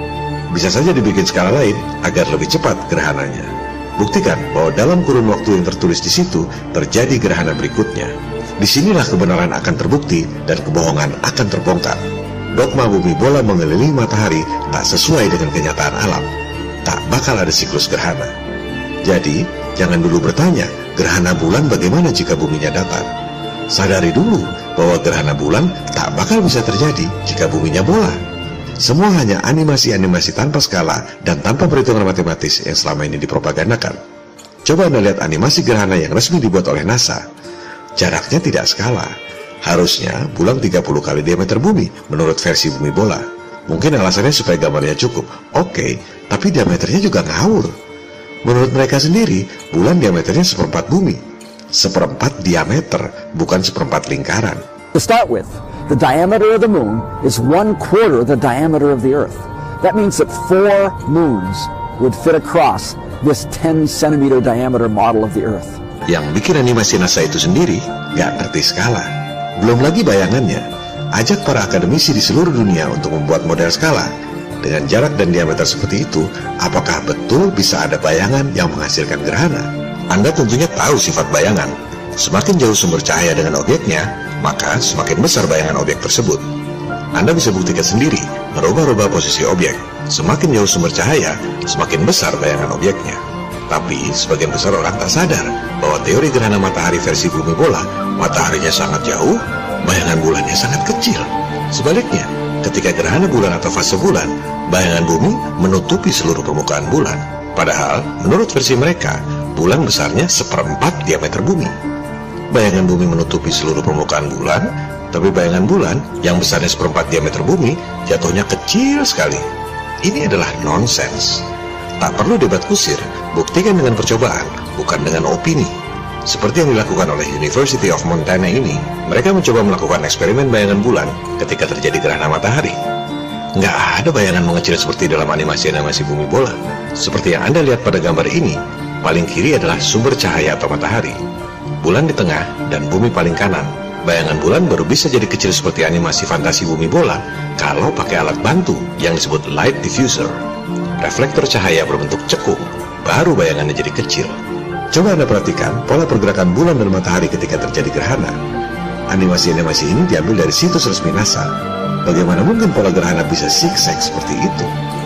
Bisa saja dibikin skala lain agar lebih cepat gerhananya. Buktikan bahwa dalam kurun waktu yang tertulis di situ terjadi gerhana berikutnya. Disinilah kebenaran akan terbukti dan kebohongan akan terbongkar. Dogma bumi bola mengelilingi matahari tak sesuai dengan kenyataan alam. Tak bakal ada siklus gerhana. Jadi, jangan dulu bertanya, gerhana bulan bagaimana jika buminya datar? Sadari dulu bahwa gerhana bulan tak bakal bisa terjadi jika buminya bola. Semua hanya animasi-animasi tanpa skala dan tanpa perhitungan matematis yang selama ini dipropagandakan. Coba Anda lihat animasi gerhana yang resmi dibuat oleh NASA. Jaraknya tidak skala. Harusnya bulan tiga puluh kali diameter bumi menurut versi bumi bola. Mungkin alasannya supaya gambarnya cukup. Oke, tapi diameternya juga ngawur. Menurut mereka sendiri, bulan diameternya seperempat bumi. Seperempat diameter, bukan seperempat lingkaran. To start with, the diameter of the moon is one quarter the diameter of the Earth. That means that four moons would fit across this ten centimeter diameter model of the Earth. Yang bikin animasi NASA itu sendiri gak ngerti skala. Belum lagi bayangannya, ajak para akademisi di seluruh dunia untuk membuat model skala. Dengan jarak dan diameter seperti itu, apakah betul bisa ada bayangan yang menghasilkan gerhana? Anda tentunya tahu sifat bayangan. Semakin jauh sumber cahaya dengan objeknya, maka semakin besar bayangan objek tersebut. Anda bisa buktikan sendiri, merubah-rubah posisi objek. Semakin jauh sumber cahaya, semakin besar bayangan objeknya. Tapi, sebagian besar orang tak sadar bahwa teori gerhana matahari versi bumi bola, mataharinya sangat jauh, bayangan bulannya sangat kecil. Sebaliknya, ketika gerhana bulan atau fase bulan, bayangan bumi menutupi seluruh permukaan bulan. Padahal, menurut versi mereka, bulan besarnya seperempat diameter bumi. Bayangan bumi menutupi seluruh permukaan bulan, tapi bayangan bulan yang besarnya seperempat diameter bumi jatuhnya kecil sekali. Ini adalah nonsens. Tak perlu debat kusir, buktikan dengan percobaan, bukan dengan opini. Seperti yang dilakukan oleh University of Montana ini, mereka mencoba melakukan eksperimen bayangan bulan ketika terjadi gerhana matahari. Nggak ada bayangan mengecil seperti dalam animasi-animasi bumi bola. Seperti yang Anda lihat pada gambar ini, paling kiri adalah sumber cahaya atau matahari. Bulan di tengah dan bumi paling kanan. Bayangan bulan baru bisa jadi kecil seperti animasi fantasi bumi bola kalau pakai alat bantu yang disebut light diffuser. Reflektor cahaya berbentuk cekung, baru bayangannya jadi kecil. Coba Anda perhatikan pola pergerakan bulan dan matahari ketika terjadi gerhana. Animasi-animasi ini diambil dari situs resmi NASA. Bagaimana mungkin pola gerhana bisa zigzag seperti itu?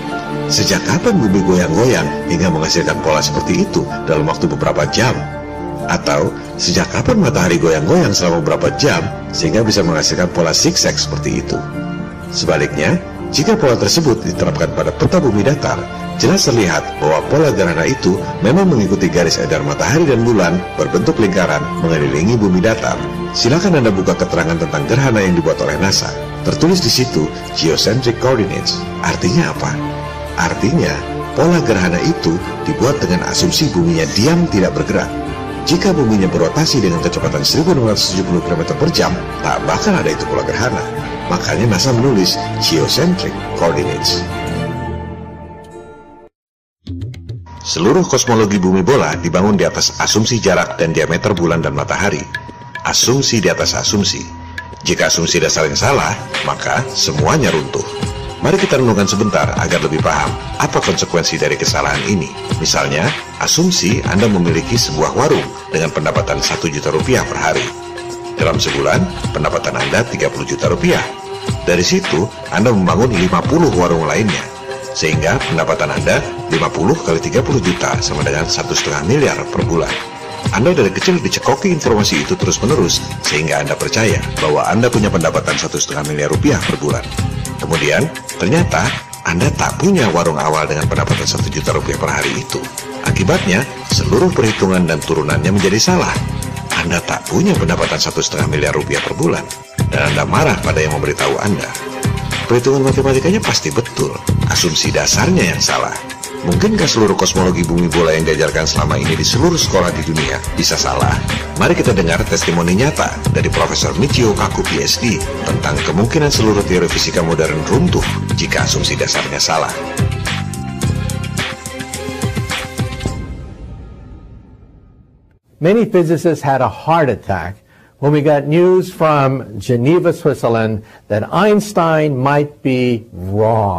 Sejak kapan bumi goyang-goyang hingga menghasilkan pola seperti itu dalam waktu beberapa jam? Atau sejak kapan matahari goyang-goyang selama beberapa jam sehingga bisa menghasilkan pola zigzag seperti itu? Sebaliknya, jika pola tersebut diterapkan pada peta bumi datar, jelas terlihat bahwa pola gerhana itu memang mengikuti garis edar matahari dan bulan berbentuk lingkaran mengelilingi bumi datar. Silakan Anda buka keterangan tentang gerhana yang dibuat oleh NASA. Tertulis di situ geocentric coordinates. Artinya apa? Artinya, pola gerhana itu dibuat dengan asumsi buminya diam tidak bergerak. Jika buminya berotasi dengan kecepatan seribu enam ratus tujuh puluh kilometer per jam, tak bakal ada itu pola gerhana. Makanya NASA menulis geocentric coordinates. Seluruh kosmologi bumi bola dibangun di atas asumsi jarak dan diameter bulan dan matahari. Asumsi di atas asumsi. Jika asumsi dasarnya salah, maka semuanya runtuh. Mari kita renungkan sebentar agar lebih paham apa konsekuensi dari kesalahan ini. Misalnya, asumsi Anda memiliki sebuah warung dengan pendapatan satu juta rupiah per hari. Dalam sebulan, pendapatan Anda tiga puluh juta rupiah. Dari situ, Anda membangun lima puluh warung lainnya. Sehingga pendapatan Anda lima puluh kali tiga puluh juta sama dengan satu koma lima miliar per bulan. Anda dari kecil dicekoki informasi itu terus-menerus sehingga Anda percaya bahwa Anda punya pendapatan satu koma lima miliar rupiah per bulan. Kemudian, ternyata Anda tak punya warung awal dengan pendapatan satu juta rupiah per hari itu. Akibatnya, seluruh perhitungan dan turunannya menjadi salah. Anda tak punya pendapatan satu koma lima miliar rupiah per bulan. Dan Anda marah pada yang memberitahu Anda. Perhitungan matematikanya pasti betul. Asumsi dasarnya yang salah. Mungkinkah seluruh kosmologi bumi bola yang diajarkan selama ini di seluruh sekolah di dunia bisa salah? Mari kita dengar testimoni nyata dari Profesor Michio Kaku P H D tentang kemungkinan seluruh teori fisika modern runtuh jika asumsi dasarnya salah. Many physicists had a heart attack when we got news from Geneva, Switzerland, that Einstein might be wrong.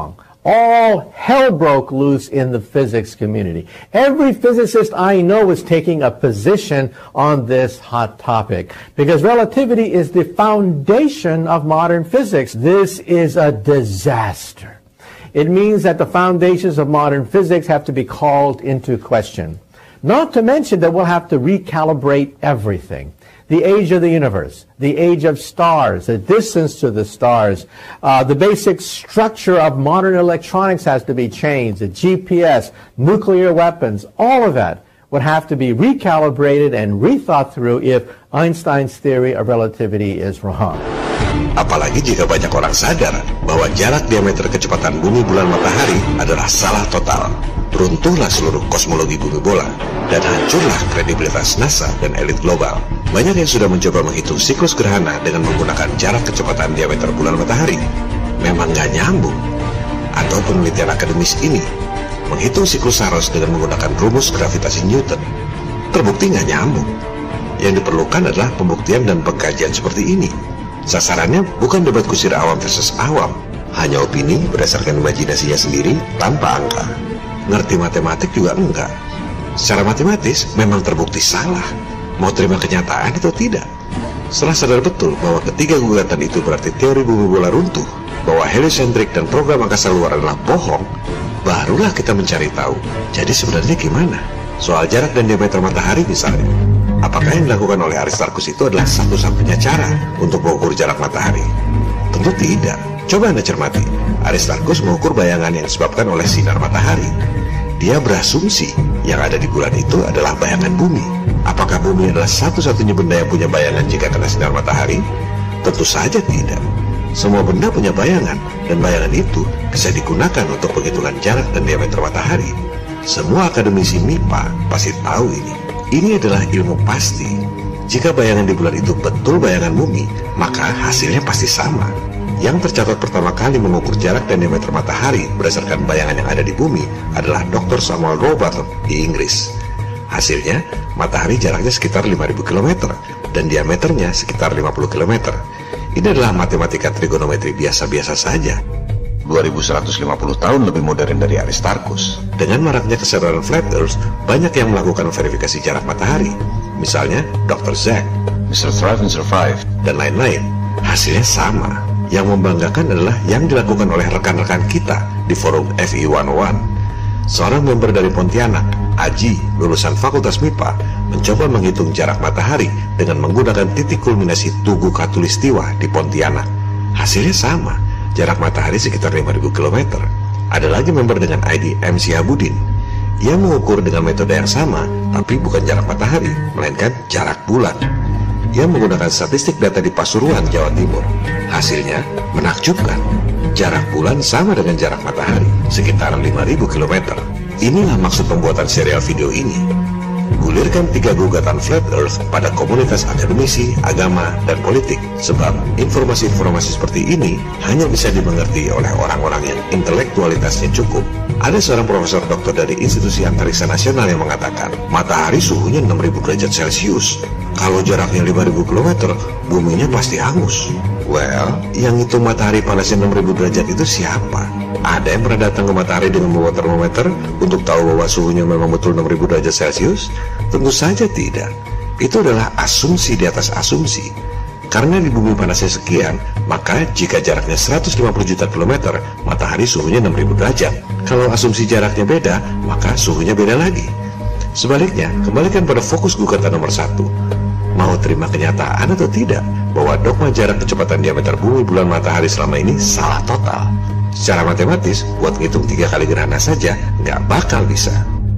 all hell broke loose in the physics community. Every physicist I know is taking a position on this hot topic because relativity is the foundation of modern physics. This is a disaster. It means that the foundations of modern physics have to be called into question. Not to mention that we'll have to recalibrate everything. The age of the universe, the age of stars, the distance to the stars, uh, the basic structure of modern electronics has to be changed, the G P S, nuclear weapons, all of that would have to be recalibrated and rethought through if Einstein's theory of relativity is wrong. Apalagi jika banyak orang sadar bahwa jarak diameter kecepatan bumi bulan matahari adalah salah total. Runtuhlah seluruh kosmologi bumi bola dan hancurlah kredibilitas NASA dan elit global. Banyak yang sudah mencoba menghitung siklus gerhana dengan menggunakan jarak kecepatan diameter bulan matahari. Memang nggak nyambung. Atau penelitian akademis ini menghitung siklus Saros dengan menggunakan rumus gravitasi Newton. Terbukti nggak nyambung. Yang diperlukan adalah pembuktian dan pengkajian seperti ini. Sasarannya bukan debat kusir awam versus awam, hanya opini berdasarkan imajinasinya sendiri tanpa angka. Ngerti matematik juga enggak. Secara matematis memang terbukti salah. Mau terima kenyataan atau tidak? Setelah sadar betul bahwa ketiga gugatan itu berarti teori bumi bola runtuh, bahwa heliosentrik dan program angkasa luar adalah bohong, barulah kita mencari tahu. Jadi sebenarnya gimana? Soal jarak dan diameter matahari misalnya. Apakah yang dilakukan oleh Aristarchus itu adalah satu-satunya cara untuk mengukur jarak matahari? Tentu tidak. Coba Anda cermati. Aristarchus mengukur bayangan yang disebabkan oleh sinar matahari. Dia berasumsi yang ada di bulan itu adalah bayangan bumi. Apakah bumi adalah satu-satunya benda yang punya bayangan jika kena sinar matahari? Tentu saja tidak. Semua benda punya bayangan, dan bayangan itu bisa digunakan untuk penghitungan jarak dan diameter matahari. Semua akademisi M I P A pasti tahu ini. Ini adalah ilmu pasti. Jika bayangan di bulan itu betul bayangan bumi, maka hasilnya pasti sama. Yang tercatat pertama kali mengukur jarak dan diameter matahari berdasarkan bayangan yang ada di bumi adalah doktor Samuel Rowbatham di Inggris. Hasilnya, matahari jaraknya sekitar lima ribu kilometer dan diameternya sekitar lima puluh kilometer. Ini adalah matematika trigonometri biasa-biasa saja. dua ribu seratus lima puluh tahun lebih modern dari Aristarchus. Dengan maraknya kesadaran Flat Earth, banyak yang melakukan verifikasi jarak matahari. Misalnya, doktor Zach, mister Thrive and Survive, dan lain-lain. Hasilnya sama. Yang membanggakan adalah yang dilakukan oleh rekan-rekan kita di forum F I seratus satu. Seorang member dari Pontianak, Aji, lulusan Fakultas M I P A, mencoba menghitung jarak matahari dengan menggunakan titik kulminasi Tugu Katulistiwa di Pontianak. Hasilnya sama, jarak matahari sekitar lima ribu kilometer. Ada lagi member dengan I D M Syihabudin. Ia mengukur dengan metode yang sama, tapi bukan jarak matahari, melainkan jarak bulan. Ia menggunakan statistik data di Pasuruan, Jawa Timur. Hasilnya menakjubkan. Jarak bulan sama dengan jarak matahari, sekitar lima ribu kilometer. Inilah maksud pembuatan serial video ini. Gulirkan tiga gugatan Flat Earth pada komunitas akademisi, agama, dan politik. Sebab informasi-informasi seperti ini hanya bisa dimengerti oleh orang-orang yang intelektualitasnya cukup. Ada seorang profesor doktor dari Institusi Antariksa Nasional yang mengatakan, matahari suhunya enam ribu derajat Celcius. Kalau jaraknya lima ribu kilometer, buminya pasti hangus. Well, yang hitung matahari panasnya enam ribu derajat itu siapa? Ada yang pernah datang ke matahari dengan membawa termometer untuk tahu bahwa suhunya memang betul enam ribu derajat Celcius? Tentu saja tidak. Itu adalah asumsi di atas asumsi. Karena di bumi panasnya sekian, maka jika jaraknya seratus lima puluh juta kilometer, matahari suhunya enam ribu derajat. Kalau asumsi jaraknya beda, maka suhunya beda lagi. Sebaliknya, kembalikan pada fokus gugatan nomor satu. Mau terima kenyataan atau tidak bahwa dogma jarak kecepatan diameter bumi bulan matahari selama ini salah total? Secara matematis, buat ngitung tiga kali gerhana saja nggak bakal bisa.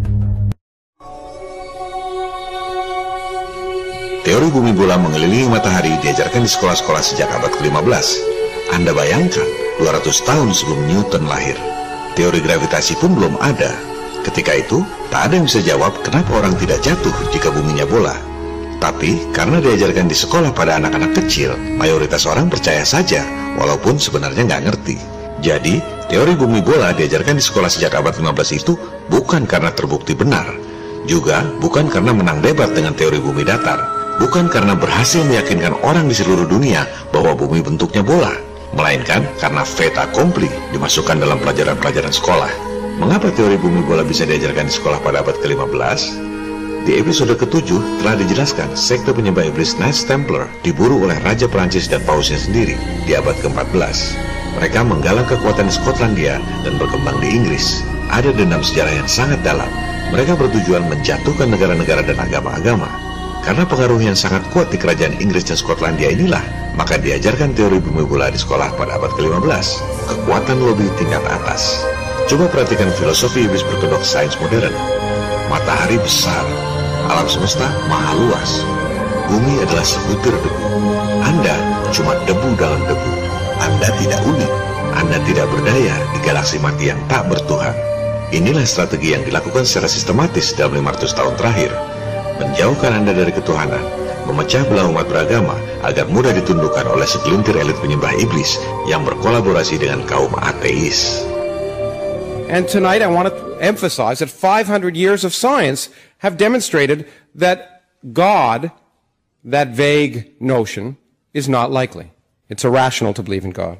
Teori bumi bola mengelilingi matahari diajarkan di sekolah-sekolah sejak abad ke lima belas. Anda bayangkan, dua ratus tahun sebelum Newton lahir. Teori gravitasi pun belum ada. Ketika itu, tak ada yang bisa jawab kenapa orang tidak jatuh jika buminya bola. Tapi, karena diajarkan di sekolah pada anak-anak kecil, mayoritas orang percaya saja, walaupun sebenarnya nggak ngerti. Jadi, teori bumi bola diajarkan di sekolah sejak abad lima belas itu bukan karena terbukti benar. Juga bukan karena menang debat dengan teori bumi datar. Bukan karena berhasil meyakinkan orang di seluruh dunia bahwa bumi bentuknya bola. melainkan karena fait accompli dimasukkan dalam pelajaran-pelajaran sekolah. Mengapa teori bumi bola bisa diajarkan di sekolah pada abad ke lima belas? Di episode ketujuh telah dijelaskan sekte penyembah iblis Knights Templar diburu oleh Raja Perancis dan Pausnya sendiri di abad ke empat belas. Mereka menggalang kekuatan di Skotlandia dan berkembang di Inggris. Ada dendam sejarah yang sangat dalam. Mereka bertujuan menjatuhkan negara-negara dan agama-agama. Karena pengaruh yang sangat kuat di kerajaan Inggris dan Skotlandia inilah, maka diajarkan teori bumi bola di sekolah pada abad ke lima belas. Kekuatan lobi tingkat atas. Coba perhatikan filosofi iblis berkedok sains modern. Matahari besar, alam semesta maha luas. Bumi adalah sebutir debu. Anda cuma debu dalam debu. Anda tidak unik. Anda tidak berdaya di galaksi mati yang tak bertuhan. Inilah strategi yang dilakukan secara sistematis dalam lima ratus tahun terakhir. Menjauhkan Anda dari ketuhanan, memecah belah umat beragama agar mudah ditundukkan oleh segelintir elit penyembah iblis yang berkolaborasi dengan kaum ateis. And tonight I want to emphasize that five hundred years of science have demonstrated that God, that vague notion, is not likely. It's irrational to believe in God.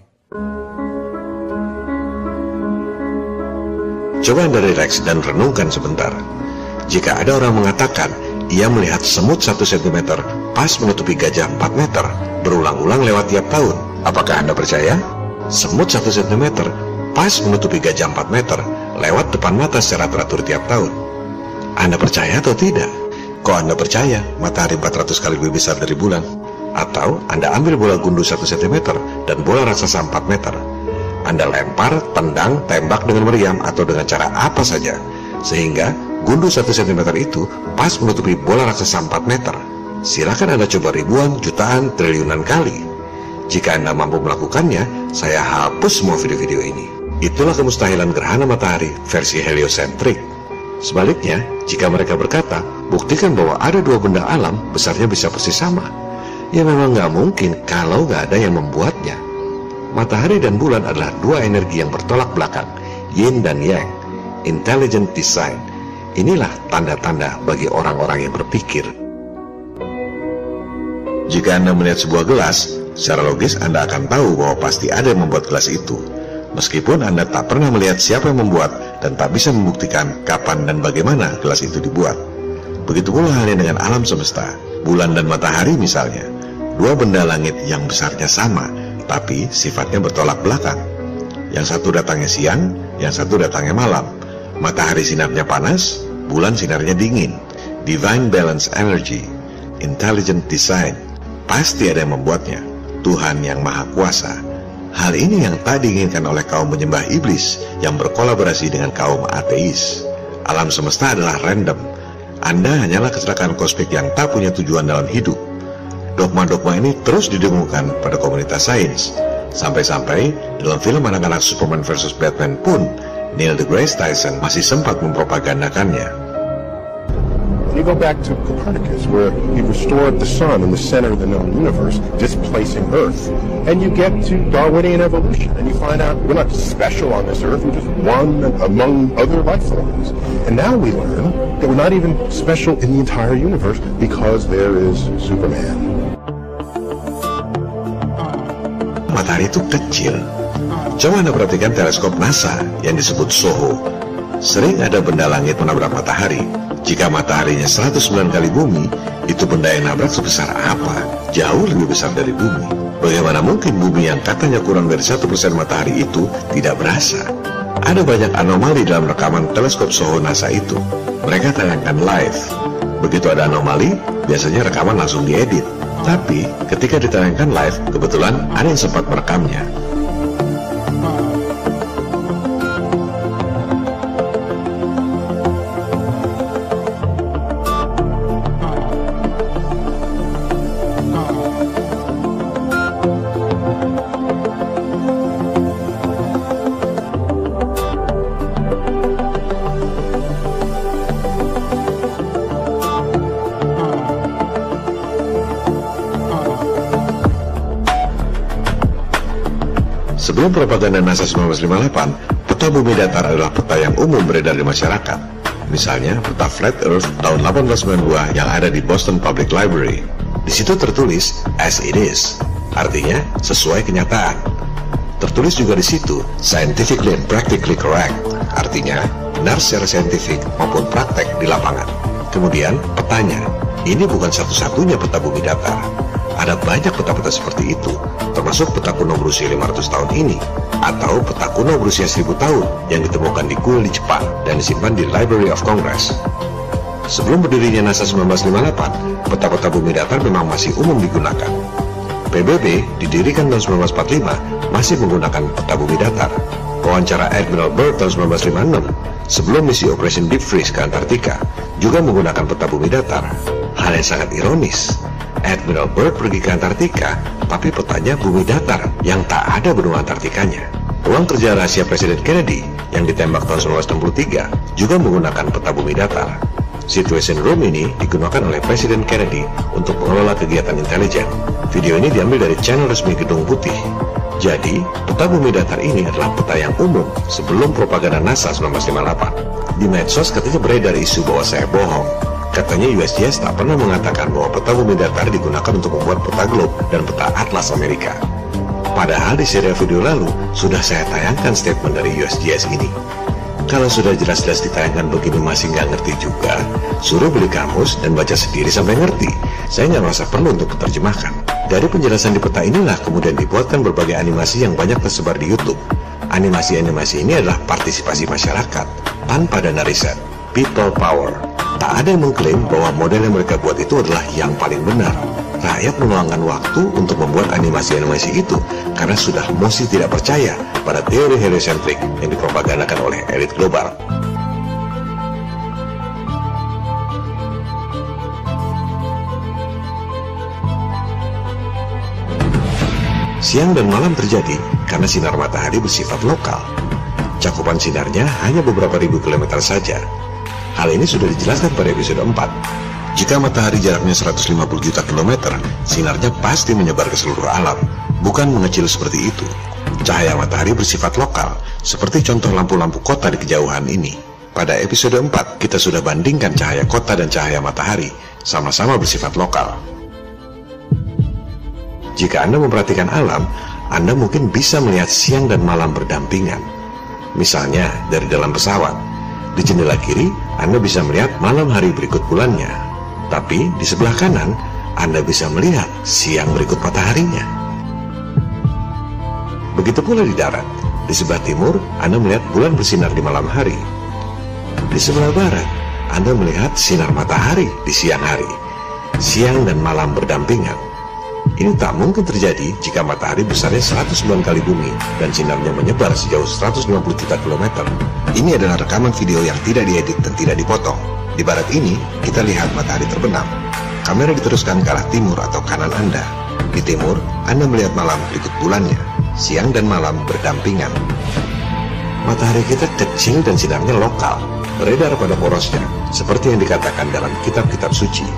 Coba Anda rileks dan renungkan sebentar. Jika ada orang mengatakan ia melihat semut satu sentimeter pas menutupi gajah empat meter berulang-ulang lewat tiap tahun, apakah Anda percaya? Semut satu sentimeter pas menutupi gajah empat meter lewat depan mata secara teratur tiap tahun. Anda percaya atau tidak? Kok Anda percaya matahari empat ratus kali lebih besar dari bulan? Atau Anda ambil bola gundu satu sentimeter dan bola raksasa empat meter. Anda lempar, tendang, tembak dengan meriam atau dengan cara apa saja, sehingga gundu satu sentimeter itu pas menutupi bola raksasa empat meter. Silakan Anda coba ribuan, jutaan, triliunan kali. Jika Anda mampu melakukannya, saya hapus semua video-video ini. Itulah kemustahilan gerhana matahari versi heliosentrik. Sebaliknya, jika mereka berkata, buktikan bahwa ada dua benda alam, besarnya bisa persis sama. Ya memang nggak mungkin kalau nggak ada yang membuatnya. Matahari dan bulan adalah dua energi yang bertolak belakang, yin dan yang. Intelligent design. Inilah tanda-tanda bagi orang-orang yang berpikir. Jika Anda melihat sebuah gelas, secara logis Anda akan tahu bahwa pasti ada yang membuat gelas itu. Meskipun Anda tak pernah melihat siapa yang membuat dan tak bisa membuktikan kapan dan bagaimana gelas itu dibuat. Begitu pula halnya dengan alam semesta, bulan dan matahari misalnya. Dua benda langit yang besarnya sama, tapi sifatnya bertolak belakang. Yang satu datangnya siang, yang satu datangnya malam. Matahari sinarnya panas, bulan sinarnya dingin. Divine balance energy, intelligent design. Pasti ada yang membuatnya, Tuhan yang maha kuasa. Hal ini yang tak diinginkan oleh kaum penyembah iblis yang berkolaborasi dengan kaum ateis. Alam semesta adalah random. Anda hanyalah kecelakaan kosmik yang tak punya tujuan dalam hidup. Dogma-dogma ini terus didengungkan pada komunitas sains. Sampai-sampai dalam film anak-anak Superman versus Batman pun, Neil deGrasse Tyson masih sempat mempropagandakannya. You go back to Copernicus, where he restored the sun in the center of the known universe, displacing Earth. And you get to Darwinian evolution, and you find out we're not special on this Earth, we're just one among other life forms. And now we learn that we're not even special in the entire universe because there is Superman. Matahari itu kecil. Coba Anda perhatikan teleskop NASA yang disebut SOHO. Sering ada benda langit menabrak matahari. Jika mataharinya seratus sembilan kali bumi, itu benda yang nabrak sebesar apa? Jauh lebih besar dari bumi. Bagaimana mungkin bumi yang katanya kurang dari satu persen matahari itu tidak berasa? Ada banyak anomali dalam rekaman teleskop SOHO NASA itu. Mereka tayangkan live. Begitu ada anomali, biasanya rekaman langsung diedit. Tapi, ketika ditayangkan live, kebetulan ada yang sempat merekamnya. Sebelum propaganda NASA seribu sembilan ratus lima puluh delapan, peta bumi datar adalah peta yang umum beredar di masyarakat. Misalnya, peta Flat Earth tahun delapan belas sembilan puluh dua yang ada di Boston Public Library. Di situ tertulis, as it is, artinya sesuai kenyataan. Tertulis juga di situ, scientifically and practically correct, artinya benar secara saintifik maupun praktek di lapangan. Kemudian petanya, ini bukan satu-satunya peta bumi datar. Ada banyak peta-peta seperti itu, termasuk peta kuno berusia lima ratus tahun ini, atau peta kuno berusia seribu tahun yang ditemukan di kuil di Jepang dan disimpan di Library of Congress. Sebelum berdirinya NASA seribu sembilan ratus lima puluh delapan, peta-peta bumi datar memang masih umum digunakan. P B B didirikan tahun seribu sembilan ratus empat puluh lima masih menggunakan peta bumi datar. Wawancara Admiral Byrd tahun seribu sembilan ratus lima puluh enam sebelum misi Operation Deep Freeze ke Antartika juga menggunakan peta bumi datar. Hal yang sangat ironis, Admiral Byrd pergi ke Antartika, tapi petanya bumi datar yang tak ada benua Antartikanya. Ruang kerja rahasia Presiden Kennedy yang ditembak tahun seribu sembilan ratus enam puluh tiga juga menggunakan peta bumi datar. Situation Room ini digunakan oleh Presiden Kennedy untuk mengelola kegiatan intelijen. Video ini diambil dari channel resmi Gedung Putih. Jadi, peta bumi datar ini adalah peta yang umum sebelum propaganda NASA seribu sembilan ratus lima puluh delapan. Di medsos katanya beredar isu bahwa saya bohong. Katanya U S G S tak pernah mengatakan bahwa peta bumi datar digunakan untuk membuat peta globe dan peta atlas Amerika. Padahal di serial video lalu sudah saya tayangkan statement dari U S G S ini. Kalau sudah jelas-jelas ditayangkan begini masih nggak ngerti juga, suruh beli kamus dan baca sendiri sampai ngerti. Saya nggak merasa perlu untuk menerjemahkan. Dari penjelasan di peta inilah kemudian dibuatkan berbagai animasi yang banyak tersebar di YouTube. Animasi-animasi ini adalah partisipasi masyarakat tanpa dana riset, people power. Tak ada yang mengklaim bahwa model yang mereka buat itu adalah yang paling benar. Rakyat meluangkan waktu untuk membuat animasi-animasi itu karena sudah mesti tidak percaya pada teori heliosentrik yang dipropagandakan oleh elit global. Siang dan malam terjadi karena sinar matahari bersifat lokal. Cakupan sinarnya hanya beberapa ribu kilometer saja. Hal ini sudah dijelaskan pada episode empat. Jika matahari jaraknya seratus lima puluh juta kilometer, sinarnya pasti menyebar ke seluruh alam, bukan mengecil seperti itu. Cahaya matahari bersifat lokal, seperti contoh lampu-lampu kota di kejauhan ini. Pada episode empat, kita sudah bandingkan cahaya kota dan cahaya matahari, sama-sama bersifat lokal. Jika Anda memperhatikan alam, Anda mungkin bisa melihat siang dan malam berdampingan. Misalnya, dari dalam pesawat. Di jendela kiri, Anda bisa melihat malam hari berikut bulannya. Tapi di sebelah kanan, Anda bisa melihat siang berikut mataharinya. Begitu pula di darat. Di sebelah timur, Anda melihat bulan bersinar di malam hari. Di sebelah barat, Anda melihat sinar matahari di siang hari. Siang dan malam berdampingan. Ini tak mungkin terjadi jika matahari besarnya seratus sembilan kali bumi dan sinarnya menyebar sejauh seratus lima puluh juta kilometer. Ini adalah rekaman video yang tidak diedit dan tidak dipotong. Di barat ini, kita lihat matahari terbenam. Kamera diteruskan ke arah timur atau kanan Anda. Di timur, Anda melihat malam berikut bulannya. Siang dan malam berdampingan. Matahari kita kecil dan sinarnya lokal, beredar pada porosnya, seperti yang dikatakan dalam kitab-kitab suci.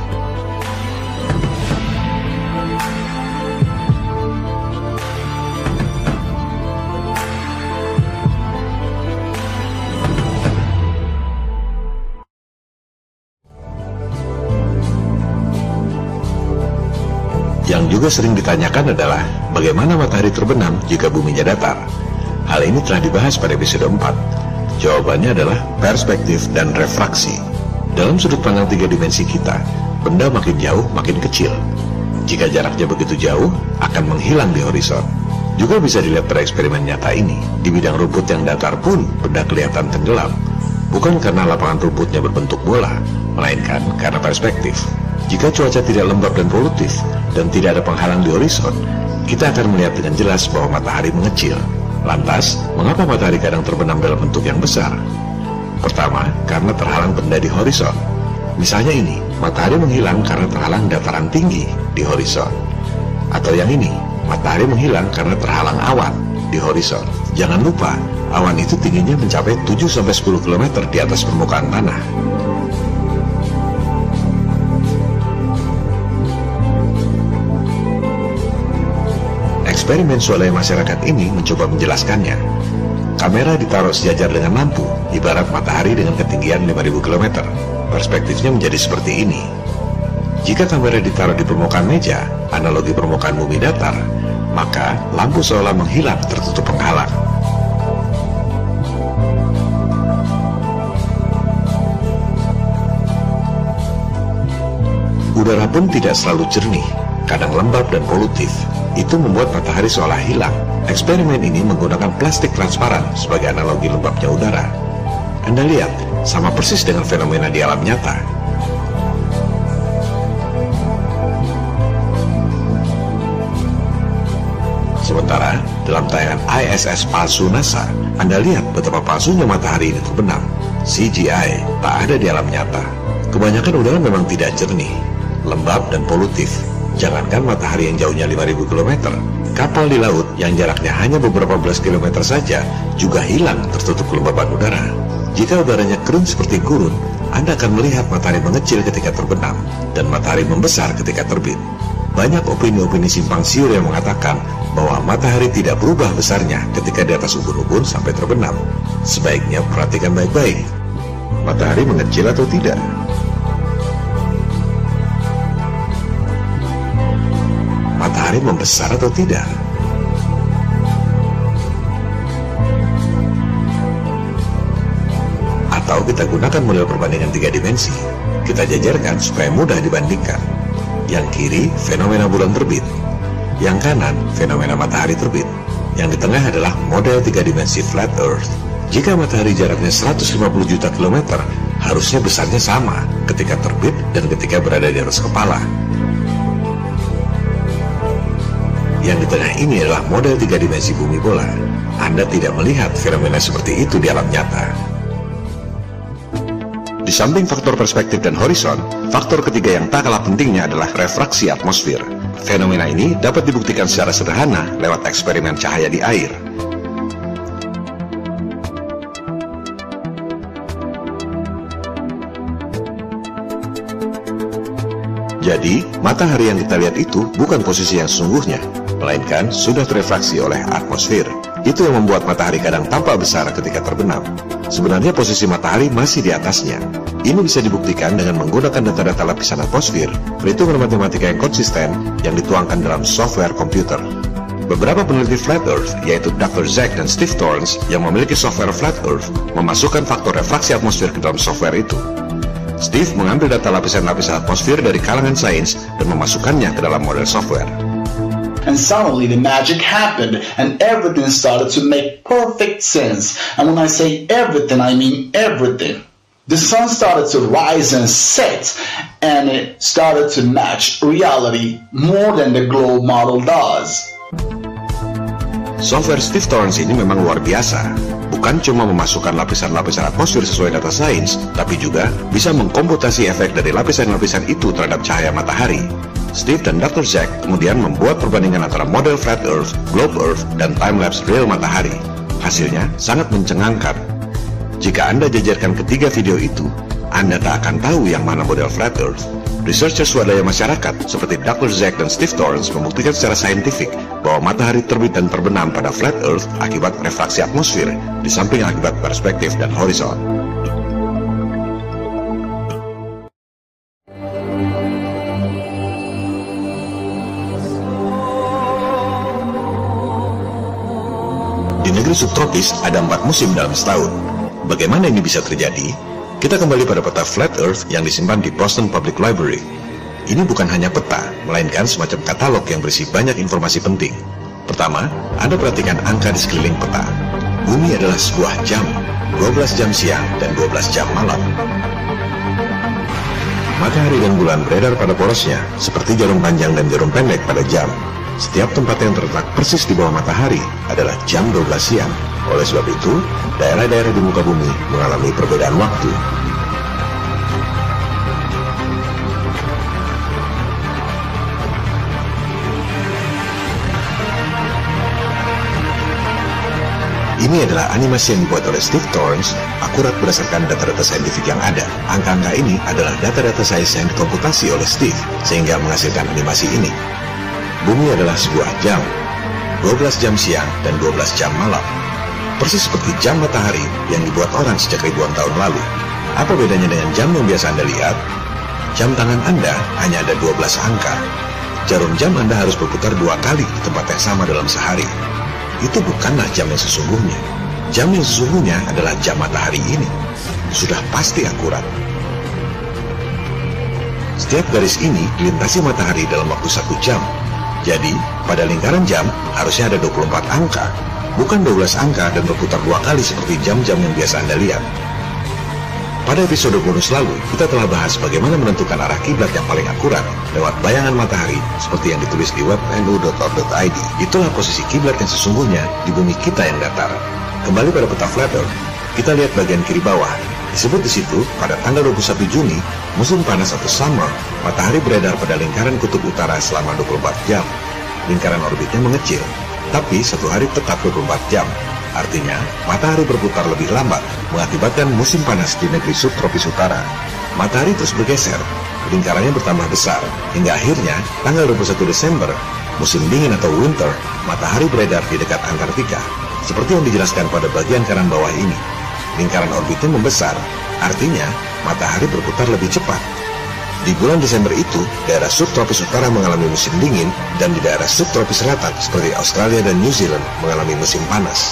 Yang juga sering ditanyakan adalah bagaimana matahari terbenam jika buminya datar. Hal ini telah dibahas pada episode empat. Jawabannya adalah perspektif dan refraksi. Dalam sudut pandang tiga dimensi kita, benda makin jauh makin kecil. Jika jaraknya begitu jauh, akan menghilang di horizon. Juga bisa dilihat pada eksperimen nyata ini. Di bidang rumput yang datar pun benda kelihatan tenggelam. Bukan karena lapangan rumputnya berbentuk bola, melainkan karena perspektif. Jika cuaca tidak lembab dan polutif, dan tidak ada penghalang di horizon, kita akan melihat dengan jelas bahwa matahari mengecil. Lantas, mengapa matahari kadang terbenam dalam bentuk yang besar? Pertama, karena terhalang benda di horizon. Misalnya ini, matahari menghilang karena terhalang dataran tinggi di horizon. Atau yang ini, matahari menghilang karena terhalang awan di horizon. Jangan lupa, awan itu tingginya mencapai tujuh sampai sepuluh kilometer di atas permukaan tanah. Eksperimen swadaya masyarakat ini mencoba menjelaskannya. Kamera ditaruh sejajar dengan lampu, ibarat matahari dengan ketinggian lima ribu kilometer. Perspektifnya menjadi seperti ini. Jika kamera ditaruh di permukaan meja, analogi permukaan bumi datar, maka lampu seolah menghilang tertutup penghalang. Udara pun tidak selalu jernih, kadang lembab dan polutif. Itu membuat matahari seolah hilang. Eksperimen ini menggunakan plastik transparan sebagai analogi lembabnya udara. Anda lihat, sama persis dengan fenomena di alam nyata. Sementara, dalam tayangan I S S palsu NASA, Anda lihat betapa palsunya matahari ini terbenam. C G I tak ada di alam nyata. Kebanyakan udara memang tidak jernih, lembab dan polutif. Jangankan matahari yang jauhnya lima ribu kilometer, kapal di laut yang jaraknya hanya beberapa belas kilometer saja juga hilang tertutup kelembaban udara. Jika udaranya kering seperti gurun, Anda akan melihat matahari mengecil ketika terbenam dan matahari membesar ketika terbit. Banyak opini-opini simpang siur yang mengatakan bahwa matahari tidak berubah besarnya ketika di atas ubun-ubun sampai terbenam. Sebaiknya perhatikan baik-baik. Matahari mengecil atau tidak? Matahari membesar atau tidak? Atau kita gunakan model perbandingan tiga dimensi. Kita jajarkan supaya mudah dibandingkan. Yang kiri, fenomena bulan terbit. Yang kanan, fenomena matahari terbit. Yang di tengah adalah model tiga dimensi flat earth. Jika matahari jaraknya seratus lima puluh juta kilometer, harusnya besarnya sama ketika terbit dan ketika berada di atas kepala. Yang di tengah ini adalah model tiga dimensi bumi bola. Anda tidak melihat fenomena seperti itu di alam nyata. Di samping faktor perspektif dan horizon, faktor ketiga yang tak kalah pentingnya adalah refraksi atmosfer. Fenomena ini dapat dibuktikan secara sederhana lewat eksperimen cahaya di air. Jadi, matahari yang kita lihat itu bukan posisi yang sesungguhnya, melainkan sudah terefraksi oleh atmosfer. Itu yang membuat matahari kadang tampak besar ketika terbenam. Sebenarnya posisi matahari masih di atasnya. Ini bisa dibuktikan dengan menggunakan data-data lapisan atmosfer, perhitungan matematika yang konsisten yang dituangkan dalam software komputer. Beberapa peneliti Flat Earth, yaitu dokter Zach dan Steve Thorns, yang memiliki software Flat Earth, memasukkan faktor refraksi atmosfer ke dalam software itu. Steve mengambil data lapisan-lapisan atmosfer dari kalangan sains dan memasukkannya ke dalam model software. And suddenly the magic happened and everything started to make perfect sense. And when I say everything, I mean everything. The sun started to rise and set, and it started to match reality more than the globe model does. Software Steve Thorns ini memang luar biasa. Bukan cuma memasukkan lapisan-lapisan atmosfer sesuai data sains, tapi juga bisa mengkomputasi efek dari lapisan-lapisan itu terhadap cahaya matahari. Steve dan dokter Zach kemudian membuat perbandingan antara model Flat Earth, Globe Earth, dan time-lapse real matahari. Hasilnya sangat mencengangkan. Jika Anda jajarkan ketiga video itu, Anda tak akan tahu yang mana model Flat Earth. Researcher swadaya masyarakat seperti dokter Zach dan Steve Thorns membuktikan secara saintifik bahwa matahari terbit dan terbenam pada Flat Earth akibat refraksi atmosfer, di samping akibat perspektif dan horizon. Di negeri subtropis ada empat musim dalam setahun. Bagaimana ini bisa terjadi? Kita kembali pada peta Flat Earth yang disimpan di Boston Public Library. Ini bukan hanya peta, melainkan semacam katalog yang berisi banyak informasi penting. Pertama, Anda perhatikan angka di sekeliling peta. Bumi adalah sebuah jam, dua belas jam siang dan dua belas jam malam. Matahari dan bulan beredar pada porosnya, seperti jarum panjang dan jarum pendek pada jam. Setiap tempat yang terletak persis di bawah matahari adalah jam dua belas siang. Oleh sebab itu, daerah-daerah di muka bumi mengalami perbedaan waktu. Ini adalah animasi yang dibuat oleh Steve Thorns, akurat berdasarkan data-data saintifik yang ada. Angka-angka ini adalah data-data sains yang dikomputasi oleh Steve, sehingga menghasilkan animasi ini. Bumi adalah sebuah jam, dua belas jam siang dan dua belas jam malam. Persis seperti jam matahari yang dibuat orang sejak ribuan tahun lalu. Apa bedanya dengan jam yang biasa Anda lihat? Jam tangan Anda hanya ada dua belas angka. jarum jam Anda harus berputar dua kali di tempat yang sama dalam sehari. Itu bukanlah jam yang sesungguhnya. Jam yang sesungguhnya adalah jam matahari ini. Sudah pasti akurat. Setiap garis ini dilintasi matahari dalam waktu satu jam. Jadi, pada lingkaran jam harusnya ada dua puluh empat angka, bukan dua belas angka dan berputar dua kali seperti jam-jam yang biasa Anda lihat. Pada episode bonus lalu, kita telah bahas bagaimana menentukan arah kiblat yang paling akurat lewat bayangan matahari seperti yang ditulis di web n u dot org dot i d. Itulah posisi kiblat yang sesungguhnya di bumi kita yang datar. Kembali pada peta flat earth, kita lihat bagian kiri bawah. Disebut di situ, pada tanggal dua puluh satu Juni, musim panas atau summer, matahari beredar pada lingkaran kutub utara selama dua puluh empat jam. Lingkaran orbitnya mengecil, tapi satu hari tetap dua puluh empat jam. Artinya, matahari berputar lebih lambat, mengakibatkan musim panas di negeri subtropis utara. Matahari terus bergeser, lingkarannya bertambah besar, hingga akhirnya, tanggal dua puluh satu Desember, musim dingin atau winter, matahari beredar di dekat Antartika. Seperti yang dijelaskan pada bagian kanan bawah ini, lingkaran orbitnya membesar, artinya matahari berputar lebih cepat. Di bulan Desember itu, daerah subtropis utara mengalami musim dingin, dan di daerah subtropis selatan seperti Australia dan New Zealand mengalami musim panas.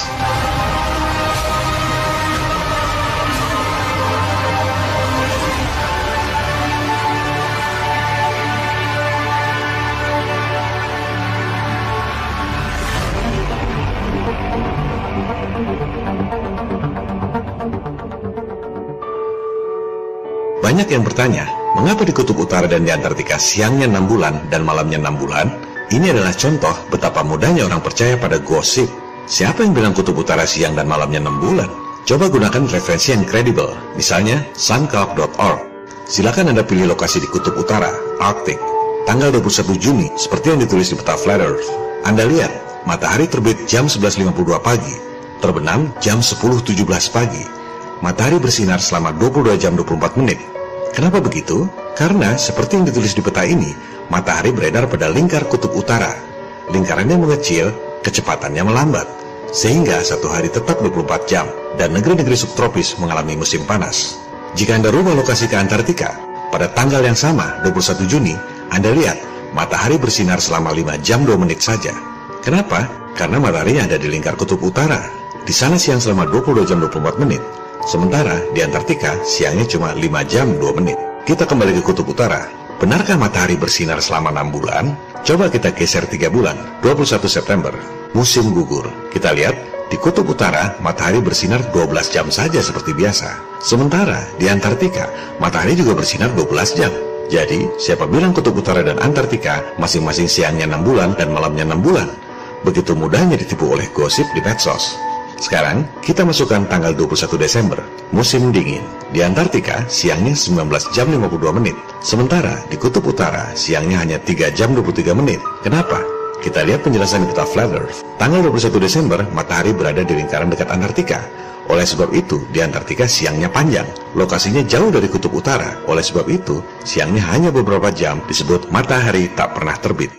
Banyak yang bertanya, mengapa di kutub utara dan di Antartika siangnya enam bulan dan malamnya enam bulan? Ini adalah contoh betapa mudahnya orang percaya pada gosip. Siapa yang bilang kutub utara siang dan malamnya enam bulan? Coba gunakan referensi yang kredibel, misalnya suncorp dot org. Silakan Anda pilih lokasi di kutub utara, Arctic, tanggal dua puluh satu Juni, seperti yang ditulis di peta Flat Earth. Anda lihat, matahari terbit jam sebelas lima puluh dua pagi, terbenam jam sepuluh tujuh belas pagi. Matahari bersinar selama dua puluh dua jam dua puluh empat menit. Kenapa begitu? Karena seperti yang ditulis di peta ini, matahari beredar pada lingkar kutub utara. Lingkarannya mengecil, kecepatannya melambat, sehingga satu hari tetap dua puluh empat jam, dan negeri-negeri subtropis mengalami musim panas. Jika Anda rubah lokasi ke Antartika, pada tanggal yang sama, dua puluh satu Juni, Anda lihat, matahari bersinar selama lima jam dua menit saja. Kenapa? Karena matahari ada di lingkar kutub utara. Di sana siang selama dua puluh dua jam dua puluh empat menit. Sementara di Antartika siangnya cuma lima jam dua menit. Kita kembali ke kutub utara. Benarkah matahari bersinar selama enam bulan? Coba kita geser tiga bulan, dua puluh satu September, musim gugur. Kita lihat, di kutub utara matahari bersinar dua belas jam saja seperti biasa. Sementara di Antartika, matahari juga bersinar dua belas jam. Jadi, siapa bilang kutub utara dan Antartika masing-masing siangnya enam bulan dan malamnya enam bulan? Begitu mudahnya ditipu oleh gosip di medsos. Sekarang, kita masukkan tanggal dua puluh satu Desember, musim dingin. Di Antartika, siangnya sembilan belas jam lima puluh dua menit. Sementara, di kutub utara, siangnya hanya tiga jam dua puluh tiga menit. Kenapa? Kita lihat penjelasan di peta Flat Earth. Tanggal dua puluh satu Desember, matahari berada di lingkaran dekat Antartika. Oleh sebab itu, di Antartika siangnya panjang. Lokasinya jauh dari kutub utara. Oleh sebab itu, siangnya hanya beberapa jam, disebut matahari tak pernah terbit.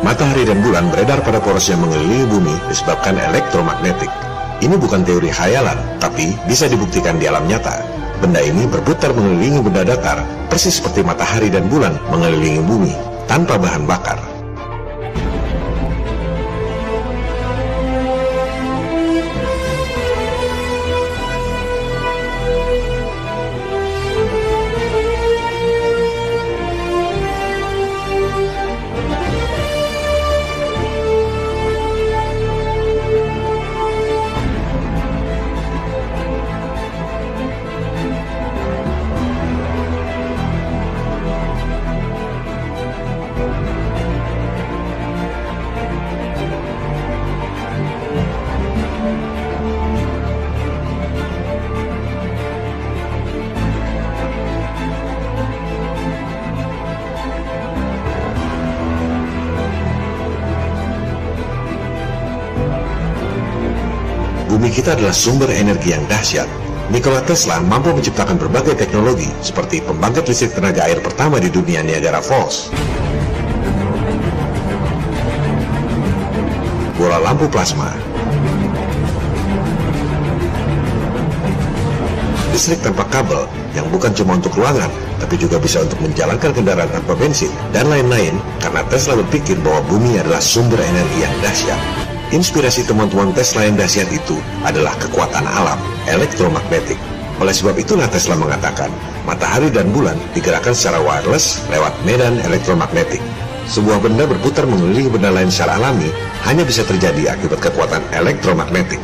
Matahari dan bulan beredar pada poros yang mengelilingi bumi disebabkan elektromagnetik. Ini bukan teori khayalan, tapi bisa dibuktikan di alam nyata. Benda ini berputar mengelilingi benda datar, persis seperti matahari dan bulan mengelilingi bumi, tanpa bahan bakar. Bumi kita adalah sumber energi yang dahsyat. Nikola Tesla mampu menciptakan berbagai teknologi seperti pembangkit listrik tenaga air pertama di dunia, Niagara Falls, bola lampu plasma, listrik tanpa kabel yang bukan cuma untuk ruangan, tapi juga bisa untuk menjalankan kendaraan tanpa bensin, dan lain-lain, karena Tesla berpikir bahwa bumi adalah sumber energi yang dahsyat. Inspirasi teman-teman Tesla yang dahsyat itu adalah kekuatan alam, elektromagnetik. Oleh sebab itulah Tesla mengatakan, matahari dan bulan digerakkan secara wireless lewat medan elektromagnetik. Sebuah benda berputar mengelilingi benda lain secara alami hanya bisa terjadi akibat kekuatan elektromagnetik.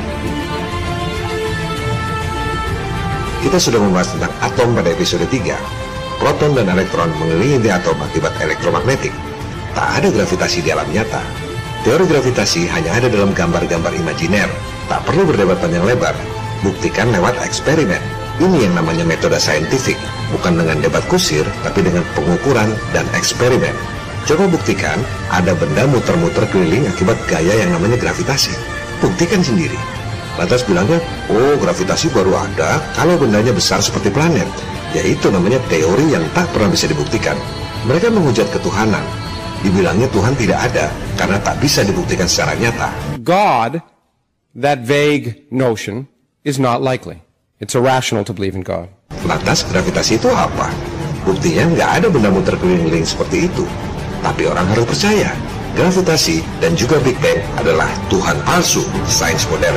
Kita sudah membahas tentang atom pada episode tiga. Proton dan elektron mengelilingi di atom akibat elektromagnetik. Tak ada gravitasi di alam nyata. Teori gravitasi hanya ada dalam gambar-gambar imajiner. Tak perlu berdebat panjang lebar. Buktikan lewat eksperimen. Ini yang namanya metode saintifik. Bukan dengan debat kusir, tapi dengan pengukuran dan eksperimen. Coba buktikan ada benda muter-muter keliling akibat gaya yang namanya gravitasi. Buktikan sendiri. Lantas bilangnya, oh gravitasi baru ada kalau bendanya besar seperti planet. Yaitu namanya teori yang tak pernah bisa dibuktikan. Mereka menghujat ketuhanan. Dibilangnya Tuhan tidak ada karena tak bisa dibuktikan secara nyata. God, that vague notion, is not likely. It's irrational to believe in God. Lantas gravitasi itu apa? Buktinya nggak ada benda muter keliling seperti itu. Tapi orang harus percaya, gravitasi dan juga Big Bang adalah Tuhan palsu sains modern.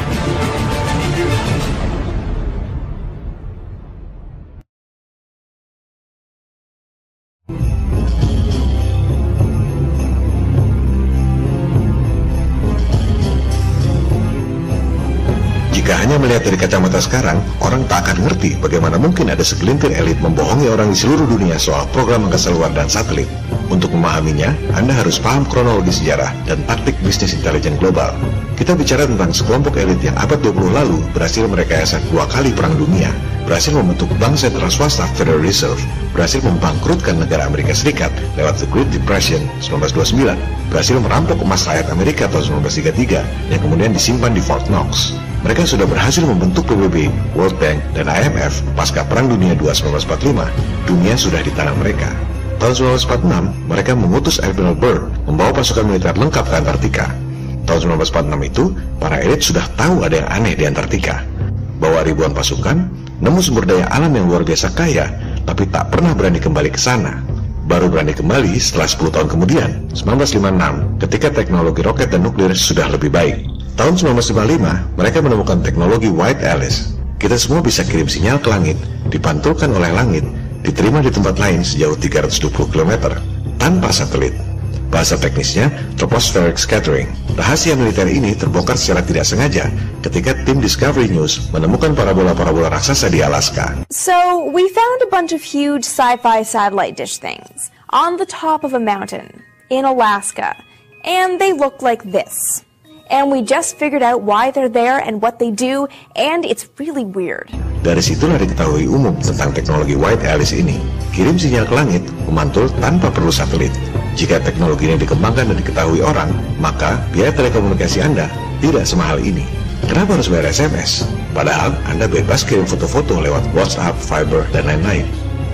Jika hanya melihat dari kacamata sekarang, orang tak akan ngerti bagaimana mungkin ada segelintir elit membohongi orang di seluruh dunia soal program angkasa luar dan satelit. Untuk memahaminya, Anda harus paham kronologi sejarah dan taktik bisnis intelijen global. Kita bicara tentang sekelompok elit yang abad dua puluh lalu berhasil merekayasa dua kali perang dunia, berhasil membentuk bank sentral swasta Federal Reserve, berhasil membangkrutkan negara Amerika Serikat lewat The Great Depression seribu sembilan ratus dua puluh sembilan, berhasil merampok emas rakyat Amerika tahun seribu sembilan ratus tiga puluh tiga yang kemudian disimpan di Fort Knox. Mereka sudah berhasil membentuk P B B, World Bank, dan I M F pasca Perang Dunia kedua seribu sembilan ratus empat puluh lima. Dunia sudah di tangan mereka. Tahun seribu sembilan ratus empat puluh enam, mereka mengutus Admiral Byrd membawa pasukan militer lengkap ke Antartika. Tahun seribu sembilan ratus empat puluh enam itu, para elit sudah tahu ada yang aneh di Antartika. Bawa ribuan pasukan, nemu sumber daya alam yang luar biasa kaya, tapi tak pernah berani kembali ke sana. Baru berani kembali setelah sepuluh tahun kemudian, seribu sembilan ratus lima puluh enam, ketika teknologi roket dan nuklir sudah lebih baik. Tahun seribu sembilan ratus lima puluh lima, mereka menemukan teknologi White Alice. Kita semua bisa kirim sinyal ke langit, dipantulkan oleh langit, diterima di tempat lain sejauh tiga ratus dua puluh kilometer, tanpa satelit. Bahasa teknisnya, tropospheric scattering. Rahasia militer ini terbongkar secara tidak sengaja ketika tim Discovery News menemukan parabola-parabola raksasa di Alaska. So, we found a bunch of huge sci-fi satellite dish things on the top of a mountain in Alaska, and they look like this. And we just figured out why they're there and what they do, and it's really weird. Dari situlah diketahui umum tentang teknologi White Alice ini. Kirim sinyal ke langit, memantul tanpa perlu satelit. Jika teknologi ini dikembangkan dan diketahui orang, maka biaya telekomunikasi Anda tidak semahal ini. Kenapa harus bayar S M S? Padahal Anda bebas kirim foto-foto lewat WhatsApp, Viber, dan lain-lain.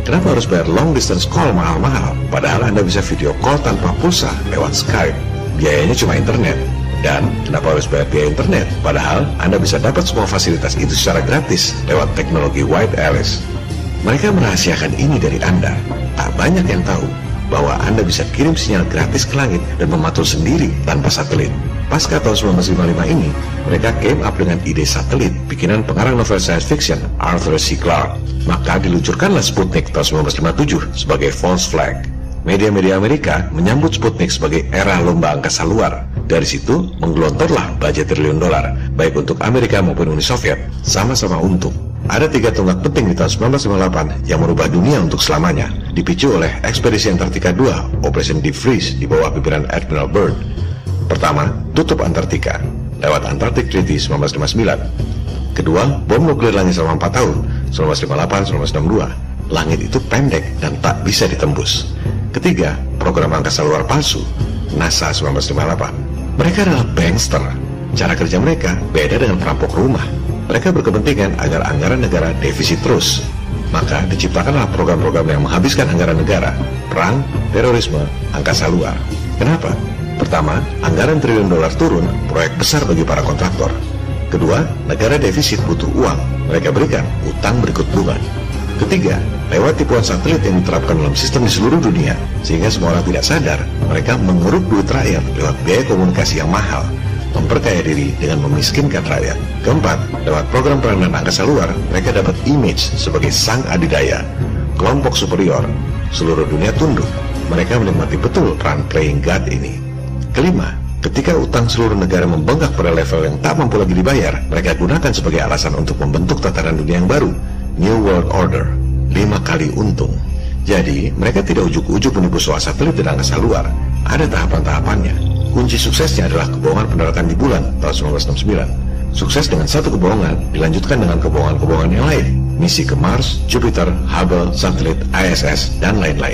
Kenapa harus bayar long distance call mahal-mahal? Padahal Anda bisa video call tanpa pulsa lewat Skype. Biayanya cuma internet. Dan kenapa harus bayar biaya internet? Padahal Anda bisa dapat semua fasilitas itu secara gratis lewat teknologi wireless. Mereka merahasiakan ini dari Anda. Tak banyak yang tahu bahwa Anda bisa kirim sinyal gratis ke langit dan memantau sendiri tanpa satelit. Pasca tahun sembilan belas lima puluh lima ini, mereka came up dengan ide satelit bikinan pengarang novel science fiction Arthur C. Clarke. Maka diluncurkanlah Sputnik tahun sembilan belas lima puluh tujuh sebagai false flag. Media-media Amerika menyambut Sputnik sebagai era lomba angkasa luar. Dari situ menggelontorlah budget triliun dolar, baik untuk Amerika maupun Uni Soviet, sama-sama untung. Ada tiga tonggak penting di tahun sembilan belas lima puluh delapan yang merubah dunia untuk selamanya, dipicu oleh ekspedisi Antartika dua, Operation Deep Freeze di bawah pimpinan Admiral Byrd. Pertama, tutup Antartika lewat Antarctic Treaty sembilan belas lima puluh sembilan. Kedua, bom nuklir langit selama empat tahun, sembilan belas lima puluh delapan sampai sembilan belas enam puluh dua. Langit itu pendek dan tak bisa ditembus. Ketiga, program angkasa luar palsu, NASA sembilan belas lima puluh delapan. Mereka adalah bankster. Cara kerja mereka beda dengan perampok rumah. Mereka berkepentingan agar anggaran negara defisit terus. Maka diciptakanlah program-program yang menghabiskan anggaran negara, perang, terorisme, angkasa luar. Kenapa? Pertama, anggaran triliun dolar turun, proyek besar bagi para kontraktor. Kedua, negara defisit butuh uang, mereka berikan utang berikut bunga. Ketiga, lewat tipuan satelit yang diterapkan dalam sistem di seluruh dunia, sehingga semua orang tidak sadar, mereka mengeruk duit rakyat lewat biaya komunikasi yang mahal, memperkaya diri dengan memiskinkan rakyat. Keempat, lewat program peranan angkasa luar, mereka dapat image sebagai sang adidaya, kelompok superior, seluruh dunia tunduk. Mereka menikmati betul peran playing God ini. Kelima, ketika utang seluruh negara membengkak pada level yang tak mampu lagi dibayar, mereka gunakan sebagai alasan untuk membentuk tataran dunia yang baru, New World Order, lima kali untung. Jadi, mereka tidak ujuk-ujuk menipu soal satelit dan angkasa luar. Ada tahapan-tahapannya. Kunci suksesnya adalah kebohongan pendaratan di bulan tahun sembilan belas enam puluh sembilan. Sukses dengan satu kebohongan dilanjutkan dengan kebohongan-kebohongan yang lain. Misi ke Mars, Jupiter, Hubble, satelit, I S S, dan lain-lain.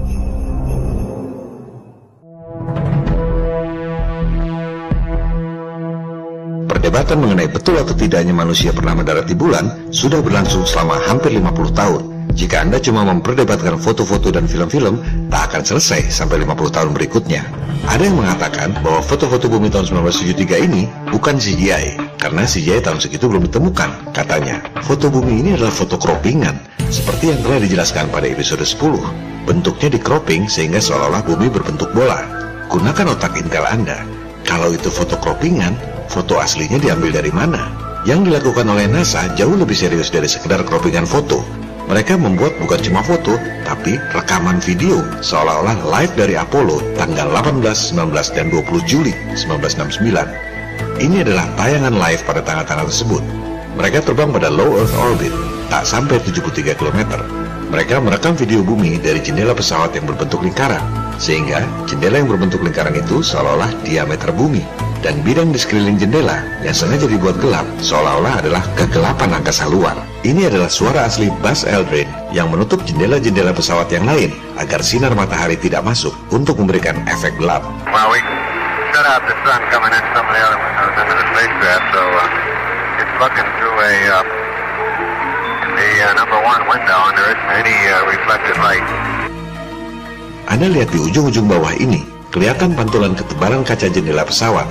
Perdebatan mengenai betul atau tidaknya manusia pernah mendarat di bulan sudah berlangsung selama hampir lima puluh tahun. Jika Anda cuma memperdebatkan foto-foto dan film-film, tak akan selesai sampai lima puluh tahun berikutnya. Ada yang mengatakan bahwa foto-foto bumi tahun sembilan belas tujuh puluh tiga ini bukan C G I, karena C G I tahun segitu belum ditemukan. Katanya, foto bumi ini adalah foto croppingan, seperti yang telah dijelaskan pada episode sepuluh. Bentuknya di cropping sehingga seolah-olah bumi berbentuk bola. Gunakan otak intel Anda. Kalau itu foto croppingan, foto aslinya diambil dari mana? Yang dilakukan oleh NASA jauh lebih serius dari sekedar croppingan foto. Mereka membuat bukan cuma foto, tapi rekaman video seolah-olah live dari Apollo tanggal delapan belas, sembilan belas, dan dua puluh Juli seribu sembilan ratus enam puluh sembilan. Ini adalah tayangan live pada tanggal-tanggal tersebut. Mereka terbang pada low Earth orbit, tak sampai tujuh puluh tiga kilometer. Mereka merekam video bumi dari jendela pesawat yang berbentuk lingkaran, sehingga jendela yang berbentuk lingkaran itu seolah-olah diameter bumi. Dan bidang di sekeliling jendela yang sengaja dibuat gelap seolah-olah adalah kegelapan angkasa luar. Ini adalah suara asli Buzz Aldrin yang menutup jendela-jendela pesawat yang lain agar sinar matahari tidak masuk untuk memberikan efek gelap. Well, we shut out the sun coming in some of the other windows into the spacecraft, so uh, it's looking through a uh, the uh, number one window and there isn't any uh, reflected light. Anda lihat di ujung-ujung bawah ini, kelihatan pantulan ketebalan kaca jendela pesawat.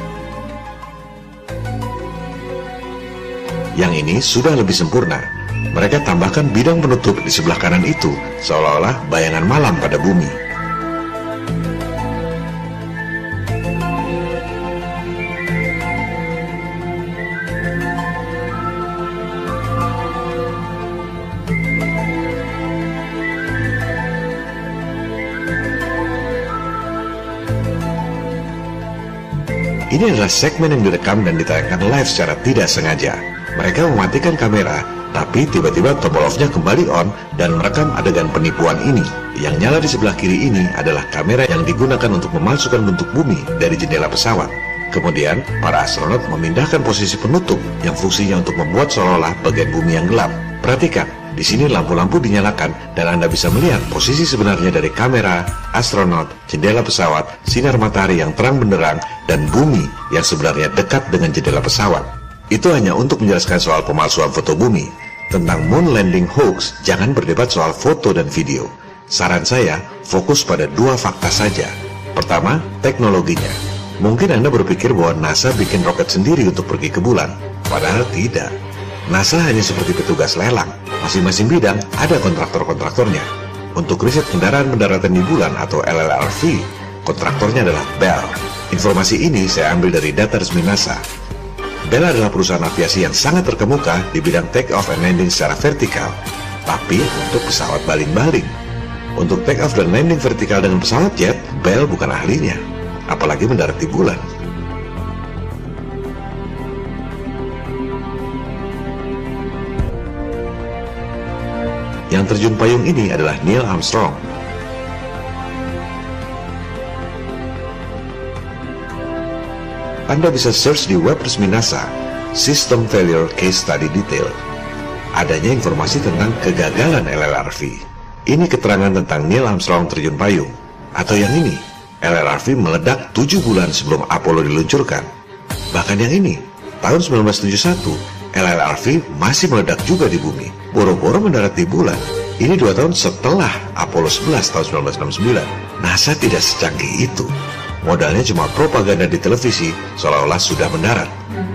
Yang ini sudah lebih sempurna. Mereka tambahkan bidang penutup di sebelah kanan itu, seolah-olah bayangan malam pada bumi. Ini adalah segmen yang direkam dan ditayangkan live secara tidak sengaja. Mereka mematikan kamera, tapi tiba-tiba tombol off-nya kembali on dan merekam adegan penipuan ini. Yang nyala di sebelah kiri ini adalah kamera yang digunakan untuk memalsukan bentuk bumi dari jendela pesawat. Kemudian, para astronot memindahkan posisi penutup yang fungsinya untuk membuat seolah-olah bagian bumi yang gelap. Perhatikan, di sini lampu-lampu dinyalakan dan Anda bisa melihat posisi sebenarnya dari kamera, astronot, jendela pesawat, sinar matahari yang terang benderang, dan bumi yang sebenarnya dekat dengan jendela pesawat. Itu hanya untuk menjelaskan soal pemalsuan foto bumi. Tentang moon landing hoax, jangan berdebat soal foto dan video. Saran saya, fokus pada dua fakta saja. Pertama, teknologinya. Mungkin Anda berpikir bahwa NASA bikin roket sendiri untuk pergi ke bulan. Padahal tidak. NASA hanya seperti petugas lelang. Masing-masing bidang ada kontraktor-kontraktornya. Untuk riset kendaraan pendaratan di bulan atau L L R V, kontraktornya adalah Bell. Informasi ini saya ambil dari data resmi NASA. Bell adalah perusahaan aviasi yang sangat terkemuka di bidang take off and landing secara vertikal, tapi untuk pesawat baling-baling. Untuk take off dan landing vertikal dengan pesawat jet, Bell bukan ahlinya, apalagi mendarat di bulan. Yang terjun payung ini adalah Neil Armstrong. Anda bisa search di web resmi NASA, System Failure Case Study Detail. Adanya informasi tentang kegagalan L L R V. Ini keterangan tentang Neil Armstrong terjun payung. Atau yang ini, L L R V meledak tujuh bulan sebelum Apollo diluncurkan. Bahkan yang ini, tahun seribu sembilan ratus tujuh puluh satu, L L R V masih meledak juga di bumi. Boro-boro mendarat di bulan. Ini dua tahun setelah Apollo sebelas tahun seribu sembilan ratus enam puluh sembilan. NASA tidak secanggih itu. Modalnya cuma propaganda di televisi, seolah-olah sudah mendarat.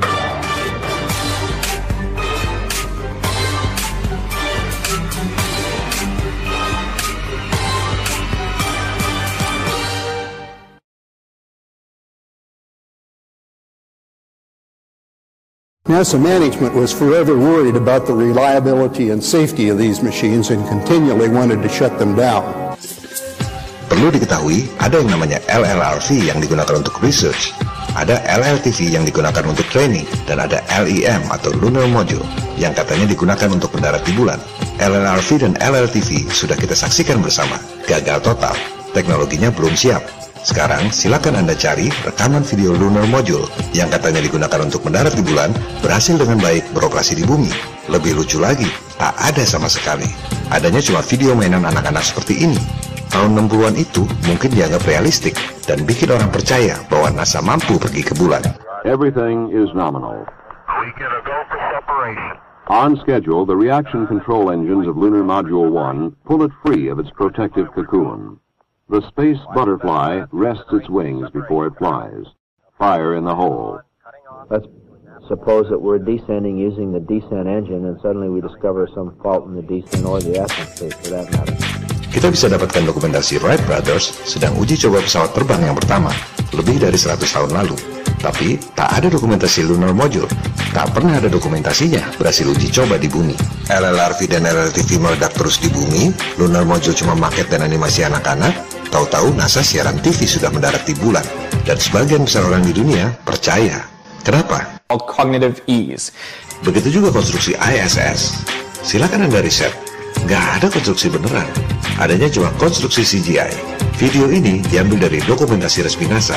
NASA management was forever worried about the reliability and safety of these machines and continually wanted to shut them down. Perlu diketahui, ada yang namanya L L R V yang digunakan untuk research, ada L L T V yang digunakan untuk training, dan ada L E M atau Lunar Module yang katanya digunakan untuk mendarat di bulan. L L R V dan L L T V sudah kita saksikan bersama, gagal total, teknologinya belum siap. Sekarang silakan Anda cari rekaman video Lunar Module yang katanya digunakan untuk mendarat di bulan berhasil dengan baik beroperasi di bumi. Lebih lucu lagi, tak ada sama sekali. Adanya cuma video mainan anak-anak seperti ini. Tahun enam puluhan itu mungkin dianggap realistik dan bikin orang percaya bahwa NASA mampu pergi ke bulan. Everything is nominal. On schedule, the reaction control engines of Lunar Module one pull it free of its protective cocoon. The space butterfly rests its wings before it flies. Fire in the hole. Let's suppose that we're descending using the descent engine and suddenly we discover some fault in the descent or the ascent state for that matter. Kita bisa dapatkan dokumentasi Wright Brothers sedang uji coba pesawat terbang yang pertama, lebih dari seratus tahun lalu. Tapi, tak ada dokumentasi Lunar Module. Tak pernah ada dokumentasinya berhasil uji coba di bumi. L L R V dan L L T V meledak terus di bumi, Lunar Module cuma maket dan animasi anak-anak, tahu-tahu NASA siaran T V sudah mendarat di bulan. Dan sebagian besar orang di dunia percaya. Kenapa? Cognitive ease. Begitu juga konstruksi I S S. Silakan Anda riset. Nggak ada konstruksi beneran. Adanya cuma konstruksi C G I. Video ini diambil dari dokumentasi resmi NASA.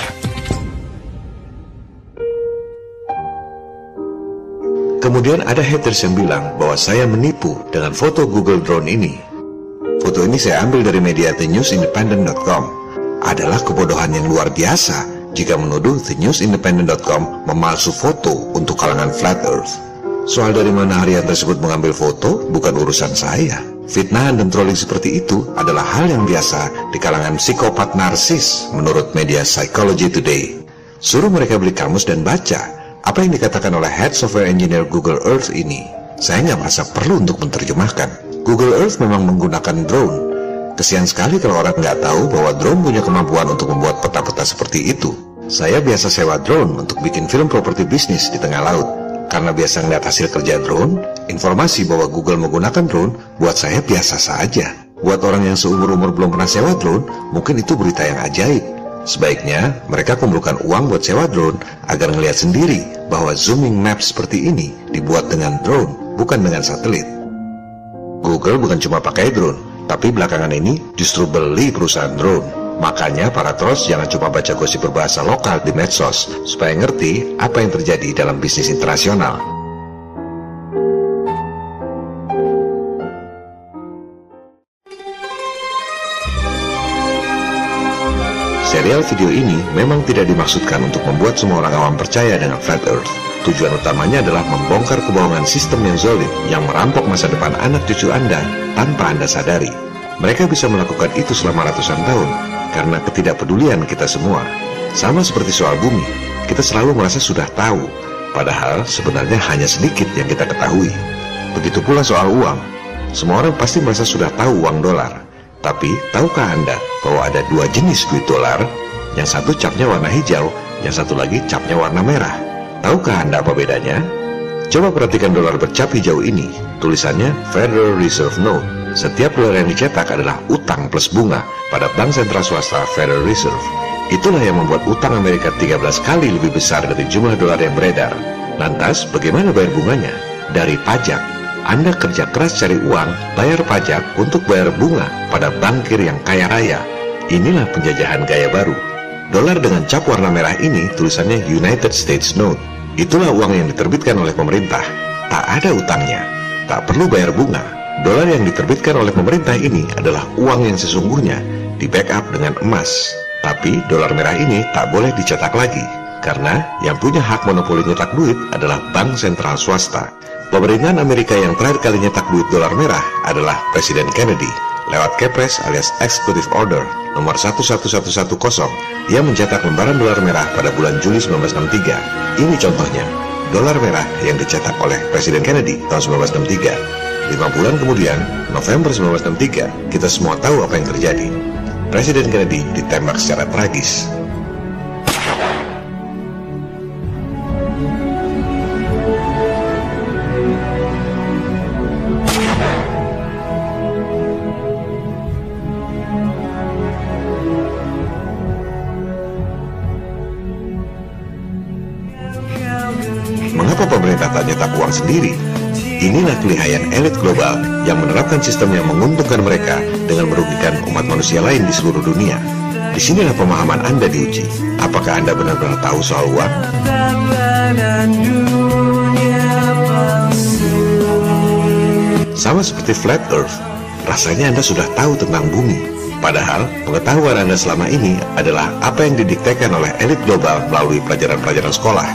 Kemudian ada haters yang bilang bahwa saya menipu dengan foto Google Drone ini. Foto ini saya ambil dari media the news independent dot com. Adalah kebodohan yang luar biasa jika menuduh the news independent dot com memalsu foto untuk kalangan flat earth. Soal dari mana harian tersebut mengambil foto bukan urusan saya. Fitnahan dan trolling seperti itu adalah hal yang biasa di kalangan psikopat narsis menurut media Psychology Today. Suruh mereka beli kamus dan baca apa yang dikatakan oleh Head Software Engineer Google Earth ini. Saya nggak merasa perlu untuk menerjemahkan. Google Earth memang menggunakan drone. Kesian sekali kalau orang nggak tahu bahwa drone punya kemampuan untuk membuat peta-peta seperti itu. Saya biasa sewa drone untuk bikin film properti bisnis di tengah laut. Karena biasa ngeliat hasil kerja drone, informasi bahwa Google menggunakan drone buat saya biasa saja. Buat orang yang seumur-umur belum pernah sewa drone, mungkin itu berita yang ajaib. Sebaiknya mereka kumpulkan uang buat sewa drone agar ngelihat sendiri bahwa zooming map seperti ini dibuat dengan drone, bukan dengan satelit. Google bukan cuma pakai drone, tapi belakangan ini justru beli perusahaan drone. Makanya para trolls jangan cuma baca gosip berbahasa lokal di medsos, supaya ngerti apa yang terjadi dalam bisnis internasional. Serial video ini memang tidak dimaksudkan untuk membuat semua orang awam percaya dengan Flat Earth. Tujuan utamanya adalah membongkar kebohongan sistem yang zalim yang merampok masa depan anak cucu Anda tanpa Anda sadari. Mereka bisa melakukan itu selama ratusan tahun karena ketidakpedulian kita semua. Sama seperti soal bumi, kita selalu merasa sudah tahu, padahal sebenarnya hanya sedikit yang kita ketahui. Begitu pula soal uang. Semua orang pasti merasa sudah tahu uang dolar. Tapi, tahukah Anda bahwa ada dua jenis duit dolar? Yang satu capnya warna hijau, yang satu lagi capnya warna merah. Tahukah Anda apa bedanya? Coba perhatikan dolar bercap hijau ini. Tulisannya Federal Reserve Note. Setiap dolar yang dicetak adalah utang plus bunga pada bank sentral swasta Federal Reserve. Itulah yang membuat utang Amerika tiga belas kali lebih besar dari jumlah dolar yang beredar. Lantas, bagaimana bayar bunganya? Dari pajak. Anda kerja keras cari uang, bayar pajak untuk bayar bunga pada bankir yang kaya raya. Inilah penjajahan gaya baru. Dolar dengan cap warna merah ini tulisannya United States Note. Itulah uang yang diterbitkan oleh pemerintah. Tak ada utangnya, tak perlu bayar bunga. Dolar yang diterbitkan oleh pemerintah ini adalah uang yang sesungguhnya, di backup dengan emas. Tapi dolar merah ini tak boleh dicetak lagi, karena yang punya hak monopoli nyetak duit adalah bank sentral swasta. Pemerintahan Amerika yang terakhir kali nyetak duit dolar merah adalah Presiden Kennedy. Lewat Kepres alias Executive Order nomor satu satu satu satu nol, ia mencetak lembaran dolar merah pada bulan Juli seribu sembilan ratus enam puluh tiga. Ini contohnya, dolar merah yang dicetak oleh Presiden Kennedy tahun seribu sembilan ratus enam puluh tiga. Lima bulan kemudian, November seribu sembilan ratus enam puluh tiga, kita semua tahu apa yang terjadi. Presiden Kennedy ditembak secara tragis. Mengapa pemerintah tak nyetak uang sendiri? Inilah kelihayan elit global yang menerapkan sistem yang menguntungkan mereka dengan merugikan umat manusia lain di seluruh dunia. Disinilah pemahaman Anda diuji. Apakah Anda benar-benar tahu soal uang? Sama seperti Flat Earth, rasanya Anda sudah tahu tentang bumi. Padahal, pengetahuan Anda selama ini adalah apa yang didiktekan oleh elit global melalui pelajaran-pelajaran sekolah.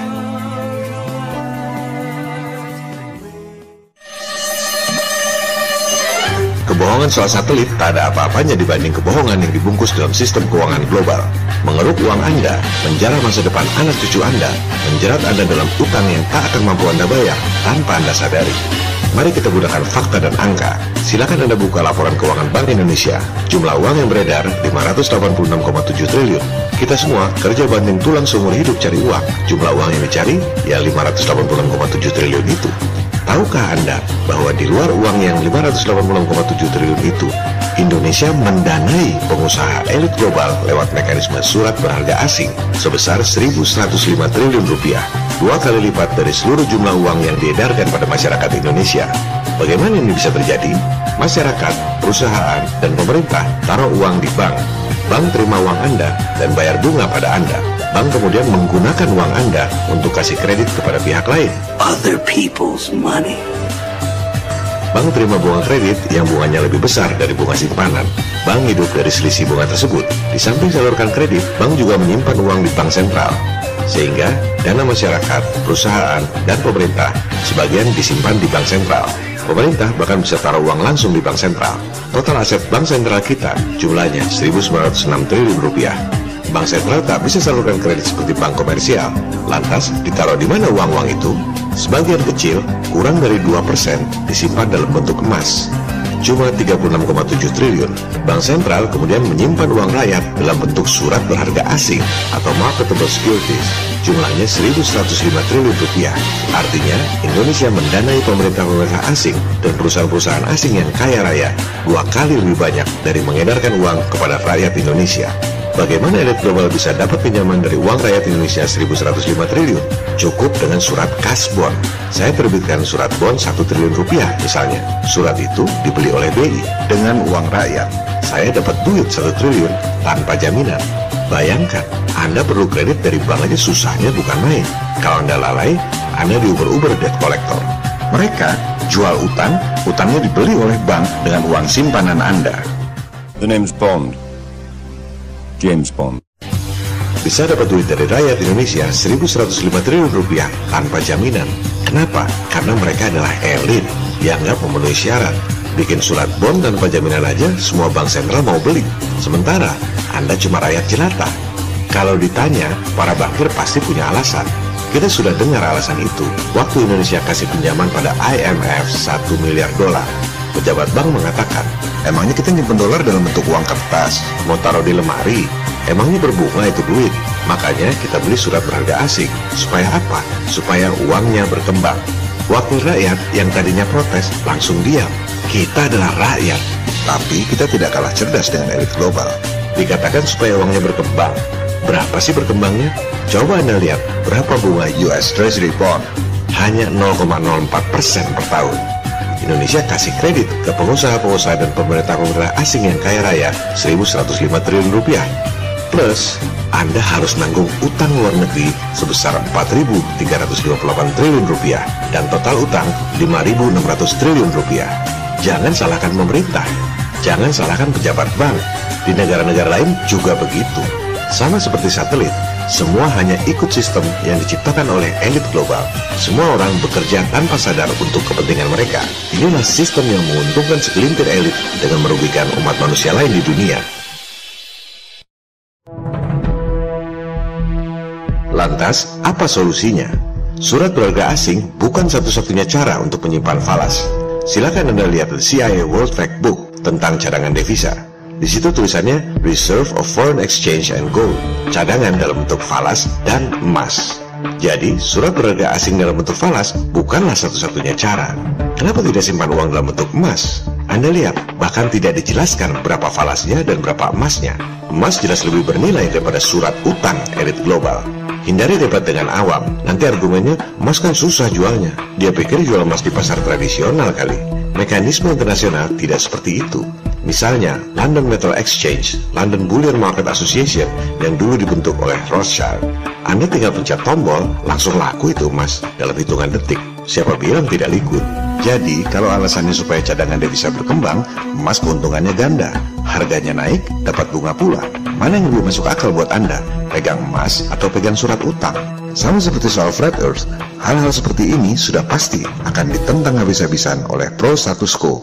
Kebohongan soal satelit tak ada apa-apanya dibanding kebohongan yang dibungkus dalam sistem keuangan global. Mengeruk uang Anda, menjara masa depan anak cucu Anda, menjerat Anda dalam utang yang tak akan mampu Anda bayar tanpa Anda sadari. Mari kita gunakan fakta dan angka. Silakan Anda buka laporan keuangan Bank Indonesia. Jumlah uang yang beredar lima ratus delapan puluh enam koma tujuh triliun. Kita semua kerja banting tulang seumur hidup cari uang. Jumlah uang yang dicari ya lima ratus delapan puluh enam koma tujuh triliun itu. Tahukah Anda bahwa di luar uang yang lima ratus delapan puluh enam koma tujuh triliun itu, Indonesia mendanai pengusaha elit global lewat mekanisme surat berharga asing sebesar seribu seratus lima triliun rupiah, dua kali lipat dari seluruh jumlah uang yang diedarkan pada masyarakat Indonesia. Bagaimana ini bisa terjadi? Masyarakat, perusahaan, dan pemerintah taruh uang di bank. Bank terima uang Anda dan bayar bunga pada Anda. Bank kemudian menggunakan uang Anda untuk kasih kredit kepada pihak lain. Other people's money. Bank terima bunga kredit yang bunganya lebih besar dari bunga simpanan. Bank hidup dari selisih bunga tersebut. Di samping salurkan kredit, bank juga menyimpan uang di bank sentral. Sehingga dana masyarakat, perusahaan, dan pemerintah sebagian disimpan di bank sentral. Pemerintah bahkan bisa taruh uang langsung di bank sentral. Total aset bank sentral kita jumlahnya seribu sembilan ratus enam triliun rupiah. Bank sentral tak bisa salurkan kredit seperti bank komersial. Lantas, ditaruh di mana uang-uang itu? Sebagian kecil, kurang dari dua persen, disimpan dalam bentuk emas. Cuma tiga puluh enam koma tujuh triliun. Bank sentral kemudian menyimpan uang rakyat dalam bentuk surat berharga asing atau marketable securities. Jumlahnya seribu seratus lima triliun rupiah. Artinya, Indonesia mendanai pemerintah-pemerintah asing dan perusahaan-perusahaan asing yang kaya raya dua kali lebih banyak dari mengedarkan uang kepada rakyat Indonesia. Bagaimana elit global bisa dapat pinjaman dari uang rakyat Indonesia seribu seratus lima triliun? Cukup dengan surat kas bond. Saya terbitkan surat bond satu triliun rupiah misalnya. Surat itu dibeli oleh B I dengan uang rakyat. Saya dapat duit satu triliun tanpa jaminan. Bayangkan, Anda perlu kredit dari bank aja susahnya bukan main. Kalau Anda lalai, Anda diuber-uber debt collector. Mereka jual utang, utangnya dibeli oleh bank dengan uang simpanan Anda. The name's Bond. James Bond. bisa dapat duit dari rakyat Indonesia seribu seratus lima triliun rupiah tanpa jaminan. Kenapa? Karena mereka adalah elit, dianggap memenuhi syarat. Bikin surat bond tanpa jaminan aja semua bank sentral mau beli. Sementara Anda cuma rakyat jelata. Kalau ditanya, para bankir pasti punya alasan. Kita sudah dengar alasan itu waktu Indonesia kasih pinjaman pada I M F satu miliar dolar. Pejabat bank mengatakan, emangnya kita nyimpen dolar dalam bentuk uang kertas, mau taruh di lemari? Emangnya berbunga itu duit? Makanya kita beli surat berharga asing. Supaya apa? Supaya uangnya berkembang. Wakil rakyat yang tadinya protes langsung diam. Kita adalah rakyat, tapi kita tidak kalah cerdas dengan elit global. Dikatakan supaya uangnya berkembang. Berapa sih berkembangnya? Coba Anda lihat berapa bunga U S Treasury Bond. Hanya nol koma nol empat persen per tahun. Indonesia kasih kredit ke pengusaha-pengusaha dan pemerintah-pemerintah asing yang kaya raya seribu seratus lima triliun rupiah. Plus, Anda harus nanggung utang luar negeri sebesar empat ribu tiga ratus lima puluh delapan triliun rupiah dan total utang lima ribu enam ratus triliun rupiah. Jangan salahkan pemerintah, jangan salahkan pejabat bank. Di negara-negara lain juga begitu. Sama seperti satelit, semua hanya ikut sistem yang diciptakan oleh elit global. Semua orang bekerja tanpa sadar untuk kepentingan mereka. Inilah sistem yang menguntungkan segelintir elit dengan merugikan umat manusia lain di dunia. Lantas, apa solusinya? Surat berharga asing bukan satu-satunya cara untuk menyimpan falas. Silakan Anda lihat the C I A World Factbook tentang cadangan devisa. Di situ tulisannya Reserve of Foreign Exchange and Gold, cadangan dalam bentuk falas dan emas. Jadi, surat berharga asing dalam bentuk falas bukanlah satu-satunya cara. Kenapa tidak simpan uang dalam bentuk emas? Anda lihat, bahkan tidak dijelaskan berapa falasnya dan berapa emasnya. Emas jelas lebih bernilai daripada surat utang elit global. Hindari debat dengan awam, nanti argumennya emas kan susah jualnya. Dia pikir jual emas di pasar tradisional kali. Mekanisme internasional tidak seperti itu. Misalnya, London Metal Exchange, London Bullion Market Association yang dulu dibentuk oleh Rothschild. Anda tinggal pencet tombol, langsung laku itu emas dalam hitungan detik. Siapa bilang tidak liquid? Jadi, kalau alasannya supaya cadangan devisa berkembang, emas keuntungannya ganda. Harganya naik, dapat bunga pula. Mana yang lebih masuk akal buat Anda? Pegang emas atau pegang surat utang? Sama seperti soal flat earth, hal-hal seperti ini sudah pasti akan ditentang habis-habisan oleh pro status quo.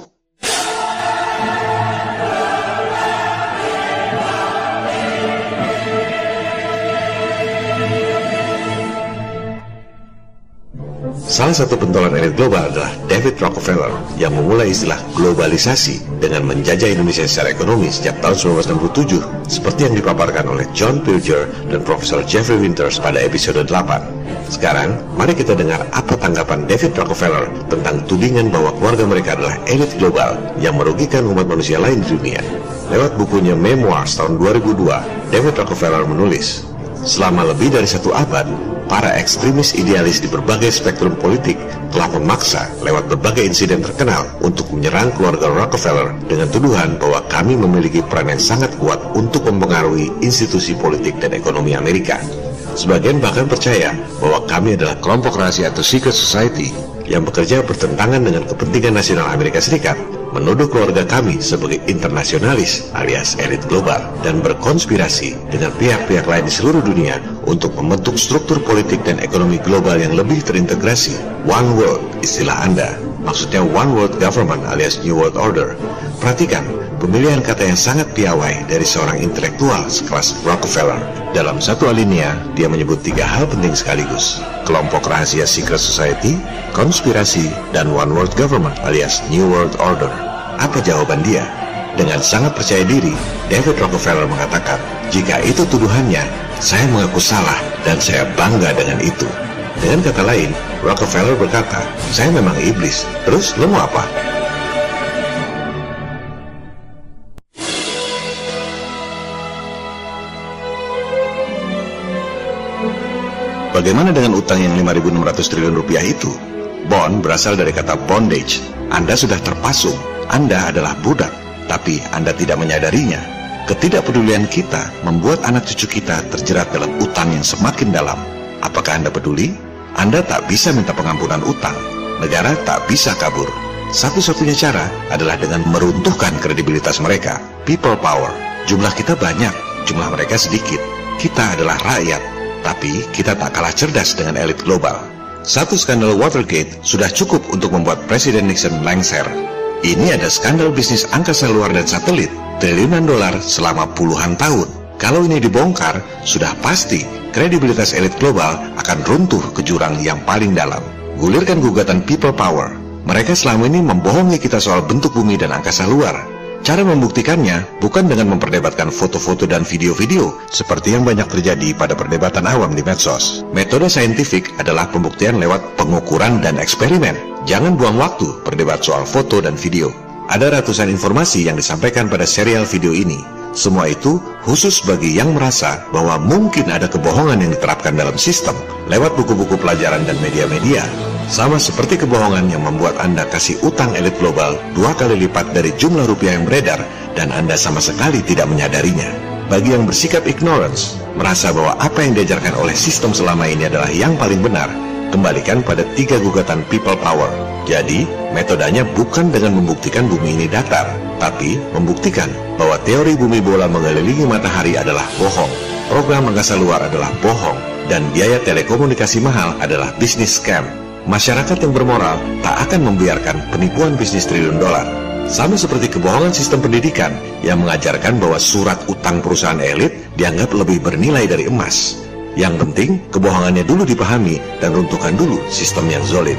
Salah satu pentolan elit global adalah David Rockefeller yang memulai istilah globalisasi dengan menjajah Indonesia secara ekonomi sejak tahun seribu sembilan ratus enam puluh tujuh seperti yang dipaparkan oleh John Pilger dan Profesor Jeffrey Winters pada episode delapan. Sekarang, mari kita dengar apa tanggapan David Rockefeller tentang tudingan bahwa keluarga mereka adalah elit global yang merugikan umat manusia lain di dunia. Lewat bukunya Memoirs tahun dua ribu dua, David Rockefeller menulis, selama lebih dari satu abad, para ekstremis idealis di berbagai spektrum politik telah memaksa lewat berbagai insiden terkenal untuk menyerang keluarga Rockefeller dengan tuduhan bahwa kami memiliki peran yang sangat kuat untuk mempengaruhi institusi politik dan ekonomi Amerika. Sebagian bahkan percaya bahwa kami adalah kelompok rahasia atau secret society yang bekerja bertentangan dengan kepentingan nasional Amerika Serikat, menuduh keluarga kami sebagai internasionalis alias elit global dan berkonspirasi dengan pihak-pihak lain di seluruh dunia untuk membentuk struktur politik dan ekonomi global yang lebih terintegrasi. One World, istilah Anda, maksudnya One World Government alias New World Order. Perhatikan, pemilihan kata yang sangat piawai dari seorang intelektual sekelas Rockefeller. Dalam satu alinea, dia menyebut tiga hal penting sekaligus: kelompok rahasia secret society, konspirasi, dan One World Government alias New World Order. Apa jawaban dia? Dengan sangat percaya diri, David Rockefeller mengatakan, jika itu tuduhannya, saya mengaku salah dan saya bangga dengan itu. Dengan kata lain, Rockefeller berkata, saya memang iblis, terus lo mau apa? Bagaimana dengan utang yang lima ribu enam ratus triliun rupiah itu? Bond berasal dari kata bondage. Anda sudah terpasung, Anda adalah budak, tapi Anda tidak menyadarinya. Ketidakpedulian kita membuat anak cucu kita terjerat dalam utang yang semakin dalam. Apakah Anda peduli? Anda tak bisa minta pengampunan utang. Negara tak bisa kabur. Satu-satunya cara adalah dengan meruntuhkan kredibilitas mereka. People power. Jumlah kita banyak, jumlah mereka sedikit. kita adalah rakyat, tapi kita tak kalah cerdas dengan elit global. Satu skandal Watergate sudah cukup untuk membuat Presiden Nixon lengser. Ini ada skandal bisnis angkasa luar dan satelit, triliunan dolar selama puluhan tahun. Kalau ini dibongkar, sudah pasti kredibilitas elit global akan runtuh ke jurang yang paling dalam. Gulirkan gugatan people power. Mereka selama ini membohongi kita soal bentuk bumi dan angkasa luar. Cara membuktikannya bukan dengan memperdebatkan foto-foto dan video-video seperti yang banyak terjadi pada perdebatan awam di medsos. Metode saintifik adalah pembuktian lewat pengukuran dan eksperimen. Jangan buang waktu berdebat soal foto dan video. Ada ratusan informasi yang disampaikan pada serial video ini. Semua itu khusus bagi yang merasa bahwa mungkin ada kebohongan yang diterapkan dalam sistem lewat buku-buku pelajaran dan media-media. Sama seperti kebohongan yang membuat Anda kasih utang elit global dua kali lipat dari jumlah rupiah yang beredar dan Anda sama sekali tidak menyadarinya. Bagi yang bersikap ignorance, merasa bahwa apa yang diajarkan oleh sistem selama ini adalah yang paling benar, kembalikan pada tiga gugatan people power. Jadi, metodenya bukan dengan membuktikan bumi ini datar, tapi membuktikan bahwa teori bumi bola mengelilingi matahari adalah bohong, program angkasa luar adalah bohong, dan biaya telekomunikasi mahal adalah bisnis scam. Masyarakat yang bermoral tak akan membiarkan penipuan bisnis triliun dolar. Sama seperti kebohongan sistem pendidikan yang mengajarkan bahwa surat utang perusahaan elit dianggap lebih bernilai dari emas. Yang penting, kebohongannya dulu dipahami dan runtuhkan dulu sistem yang zolim.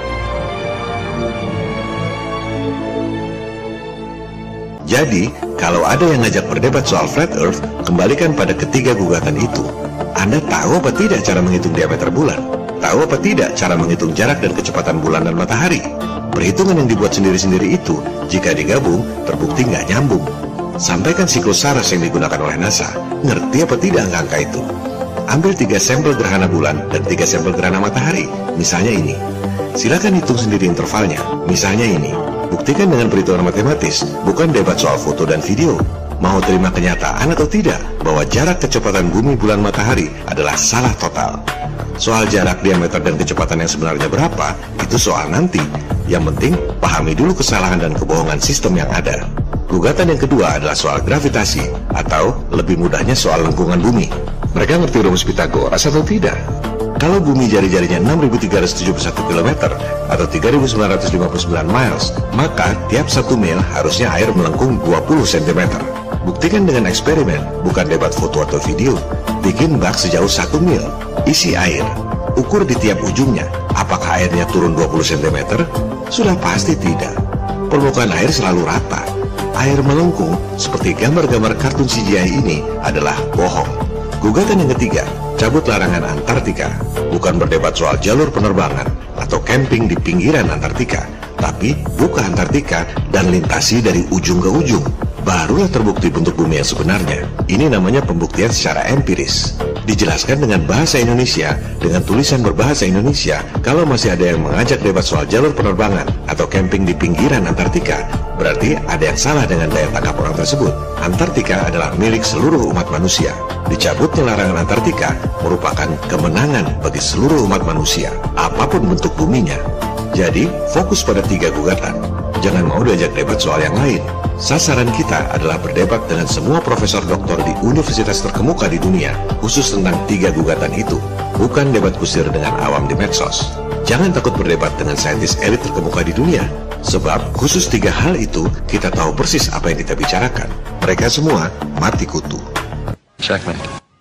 Jadi, kalau ada yang ngajak berdebat soal flat earth, kembalikan pada ketiga gugatan itu. Anda tahu apa tidak cara menghitung diameter bulan? Tahu apa tidak cara menghitung jarak dan kecepatan bulan dan matahari? Perhitungan yang dibuat sendiri-sendiri itu, jika digabung, terbukti nggak nyambung. Sampaikan siklus Saras yang digunakan oleh NASA. Ngerti apa tidak angka-angka itu? Ambil tiga sampel gerhana bulan dan tiga sampel gerhana matahari. Misalnya ini. Silakan hitung sendiri intervalnya. Misalnya ini. Buktikan dengan perhitungan matematis, bukan debat soal foto dan video. Mau terima kenyataan atau tidak bahwa jarak kecepatan bumi, bulan, matahari adalah salah total. Soal jarak, diameter, dan kecepatan yang sebenarnya berapa, itu soal nanti. Yang penting, pahami dulu kesalahan dan kebohongan sistem yang ada. Gugatan yang kedua adalah soal gravitasi, atau lebih mudahnya soal lengkungan bumi. Mereka ngerti rumus Pythagoras atau tidak? Kalau bumi jari-jarinya enam ribu tiga ratus tujuh puluh satu kilometer atau tiga ribu sembilan ratus lima puluh sembilan miles, maka tiap satu mil harusnya air melengkung dua puluh sentimeter. Buktikan dengan eksperimen, bukan debat foto atau video. Bikin bak sejauh satu mil, isi air, ukur di tiap ujungnya. Apakah airnya turun dua puluh sentimeter? Sudah pasti tidak. Permukaan air selalu rata. Air melengkung, seperti gambar-gambar kartun C G I ini, adalah bohong. Gugatan yang ketiga, cabut larangan Antartika. Bukan berdebat soal jalur penerbangan atau camping di pinggiran Antartika, tapi buka Antartika dan lintasi dari ujung ke ujung. Barulah terbukti bentuk bumi yang sebenarnya. Ini namanya pembuktian secara empiris. Dijelaskan dengan bahasa Indonesia, dengan tulisan berbahasa Indonesia. Kalau masih ada yang mengajak debat soal jalur penerbangan atau camping di pinggiran Antartika, berarti ada yang salah dengan daya tangkap orang tersebut. Antartika adalah milik seluruh umat manusia. Dicabutnya larangan Antartika merupakan kemenangan bagi seluruh umat manusia, apapun bentuk buminya. Jadi, fokus pada tiga gugatan. Jangan mau diajak debat soal yang lain. Sasaran kita adalah berdebat dengan semua profesor doktor di universitas terkemuka di dunia, khusus tentang tiga gugatan itu, bukan debat kusir dengan awam di medsos. Jangan takut berdebat dengan saintis elit terkemuka di dunia, sebab khusus tiga hal itu kita tahu persis apa yang kita bicarakan. Mereka semua mati kutu. Checkmate.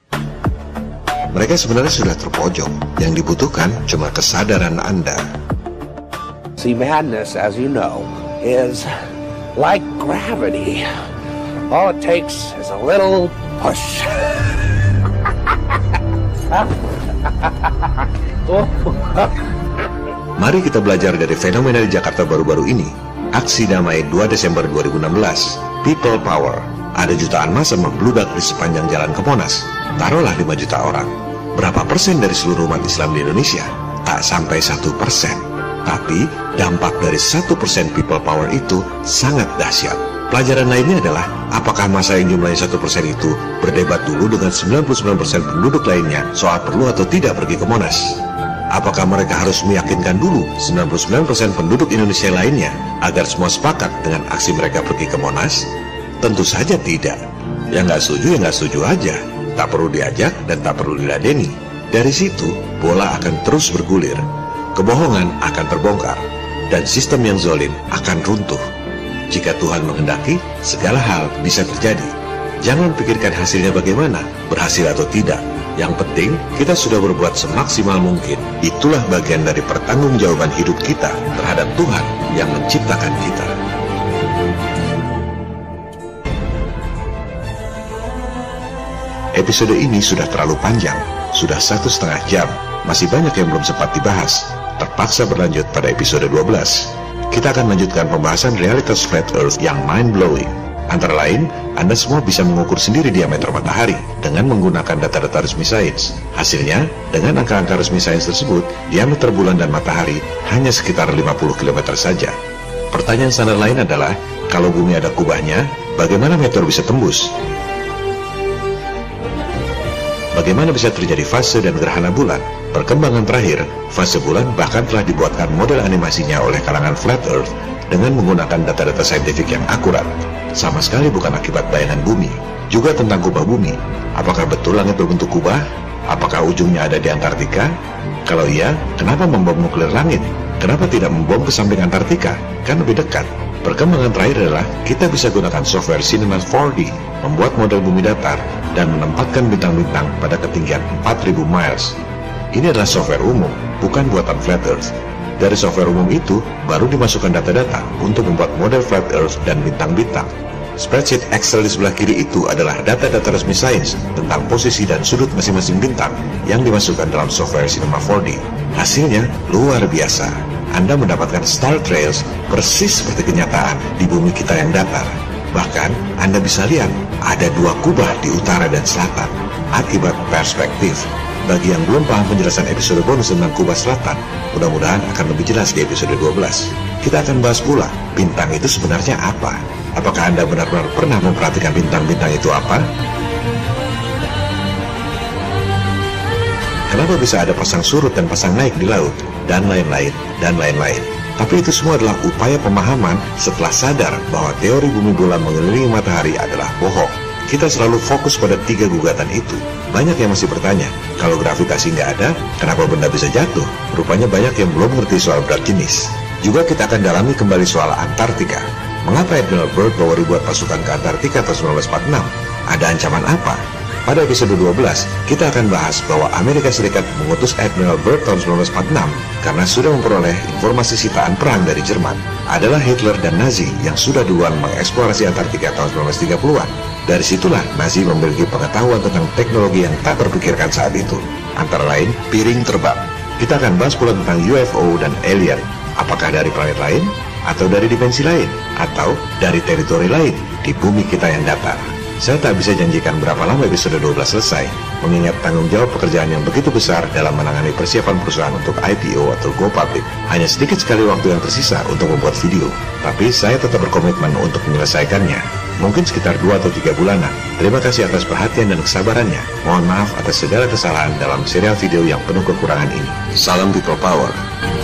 Mereka sebenarnya sudah terpojok. Yang dibutuhkan cuma kesadaran Anda. See, madness, as you know, is like gravity. All it takes is a little push. Mari kita belajar dari fenomena di Jakarta baru-baru ini. Aksi damai dua Desember dua ribu enam belas. People Power. Ada jutaan massa membludak di sepanjang jalan ke Monas. Taruhlah lima juta orang. Berapa persen dari seluruh umat Islam di Indonesia? Tak sampai satu persen. Tapi dampak dari satu persen people power itu sangat dahsyat. Pelajaran lainnya adalah apakah massa yang jumlahnya satu persen itu berdebat dulu dengan sembilan puluh sembilan persen penduduk lainnya soal perlu atau tidak pergi ke Monas? Apakah mereka harus meyakinkan dulu sembilan puluh sembilan persen penduduk Indonesia lainnya agar semua sepakat dengan aksi mereka pergi ke Monas? Tentu saja tidak. Yang nggak setuju, ya nggak setuju aja. tak perlu diajak dan tak perlu diladeni. Dari situ, bola akan terus bergulir. Kebohongan akan terbongkar, dan sistem yang zalim akan runtuh. Jika Tuhan menghendaki, segala hal bisa terjadi. Jangan pikirkan hasilnya bagaimana, berhasil atau tidak. Yang penting, kita sudah berbuat semaksimal mungkin. Itulah bagian dari pertanggungjawaban hidup kita terhadap Tuhan yang menciptakan kita. Episode ini sudah terlalu panjang, sudah satu setengah jam. Masih banyak yang belum sempat dibahas. Terpaksa berlanjut pada episode dua belas. Kita akan lanjutkan pembahasan realitas flat earth yang mind-blowing. Antara lain, Anda semua bisa mengukur sendiri diameter matahari dengan menggunakan data-data resmi sains. Hasilnya, dengan angka-angka resmi sains tersebut, diameter bulan dan matahari hanya sekitar lima puluh kilometer saja. Pertanyaan standar lain adalah, kalau bumi ada kubahnya, bagaimana meteor bisa tembus? Bagaimana bisa terjadi fase dan gerhana bulan? Perkembangan terakhir, fase bulan bahkan telah dibuatkan model animasinya oleh kalangan flat earth dengan menggunakan data-data saintifik yang akurat. Sama sekali bukan akibat bayangan bumi. Juga tentang kubah bumi. Apakah betul langit berbentuk kubah? Apakah ujungnya ada di Antartika? Kalau iya, kenapa membom nuklir langit? Kenapa tidak membom ke samping Antartika? Kan lebih dekat. Perkembangan terakhir adalah kita bisa gunakan software Cinema four D, membuat model bumi datar, dan menempatkan bintang-bintang pada ketinggian empat ribu miles. Ini adalah software umum, bukan buatan flat earth. Dari software umum itu, baru dimasukkan data-data untuk membuat model flat earth dan bintang-bintang. Spreadsheet Excel di sebelah kiri itu adalah data-data resmi sains tentang posisi dan sudut masing-masing bintang yang dimasukkan dalam software Cinema four D. Hasilnya luar biasa. Anda mendapatkan star trails persis seperti kenyataan di bumi kita yang datar. Bahkan, Anda bisa lihat ada dua kubah di utara dan selatan akibat perspektif. Bagi yang belum paham penjelasan episode bonus tentang kubah selatan, mudah-mudahan akan lebih jelas di episode dua belas. Kita akan bahas pula, bintang itu sebenarnya apa? Apakah Anda benar-benar pernah memperhatikan bintang-bintang itu apa? Kenapa bisa ada pasang surut dan pasang naik di laut? Dan lain-lain, dan lain-lain. Tapi itu semua adalah upaya pemahaman setelah sadar bahwa teori bumi bulan mengelilingi matahari adalah bohong. Kita selalu fokus pada tiga gugatan itu. Banyak yang masih bertanya, kalau gravitasi nggak ada, kenapa benda bisa jatuh? Rupanya banyak yang belum mengerti soal berat jenis. Juga kita akan dalami kembali soal Antartika. Mengapa Admiral Byrd bawa ribuan pasukan ke Antartika tahun seribu sembilan ratus empat puluh enam? Ada ancaman apa? Pada episode dua belas, kita akan bahas bahwa Amerika Serikat mengutus Admiral Byrd tahun seribu sembilan ratus empat puluh enam karena sudah memperoleh informasi sitaan perang dari Jerman. Adalah Hitler dan Nazi yang sudah duluan mengeksplorasi Antartika tahun seribu sembilan ratus tiga puluhan. Dari situlah Nazi memiliki pengetahuan tentang teknologi yang tak terpikirkan saat itu. Antara lain, piring terbang. Kita akan bahas pula tentang U F O dan alien. Apakah dari planet lain? Atau dari dimensi lain? Atau dari teritori lain di bumi kita yang datar? Saya tak bisa janjikan berapa lama episode dua belas selesai, mengingat tanggung jawab pekerjaan yang begitu besar dalam menangani persiapan perusahaan untuk I P O atau go public. Hanya sedikit sekali waktu yang tersisa untuk membuat video, tapi saya tetap berkomitmen untuk menyelesaikannya. Mungkin sekitar dua atau tiga bulanan. Terima kasih atas perhatian dan kesabarannya. Mohon maaf atas segala kesalahan dalam serial video yang penuh kekurangan ini. Salam People Power.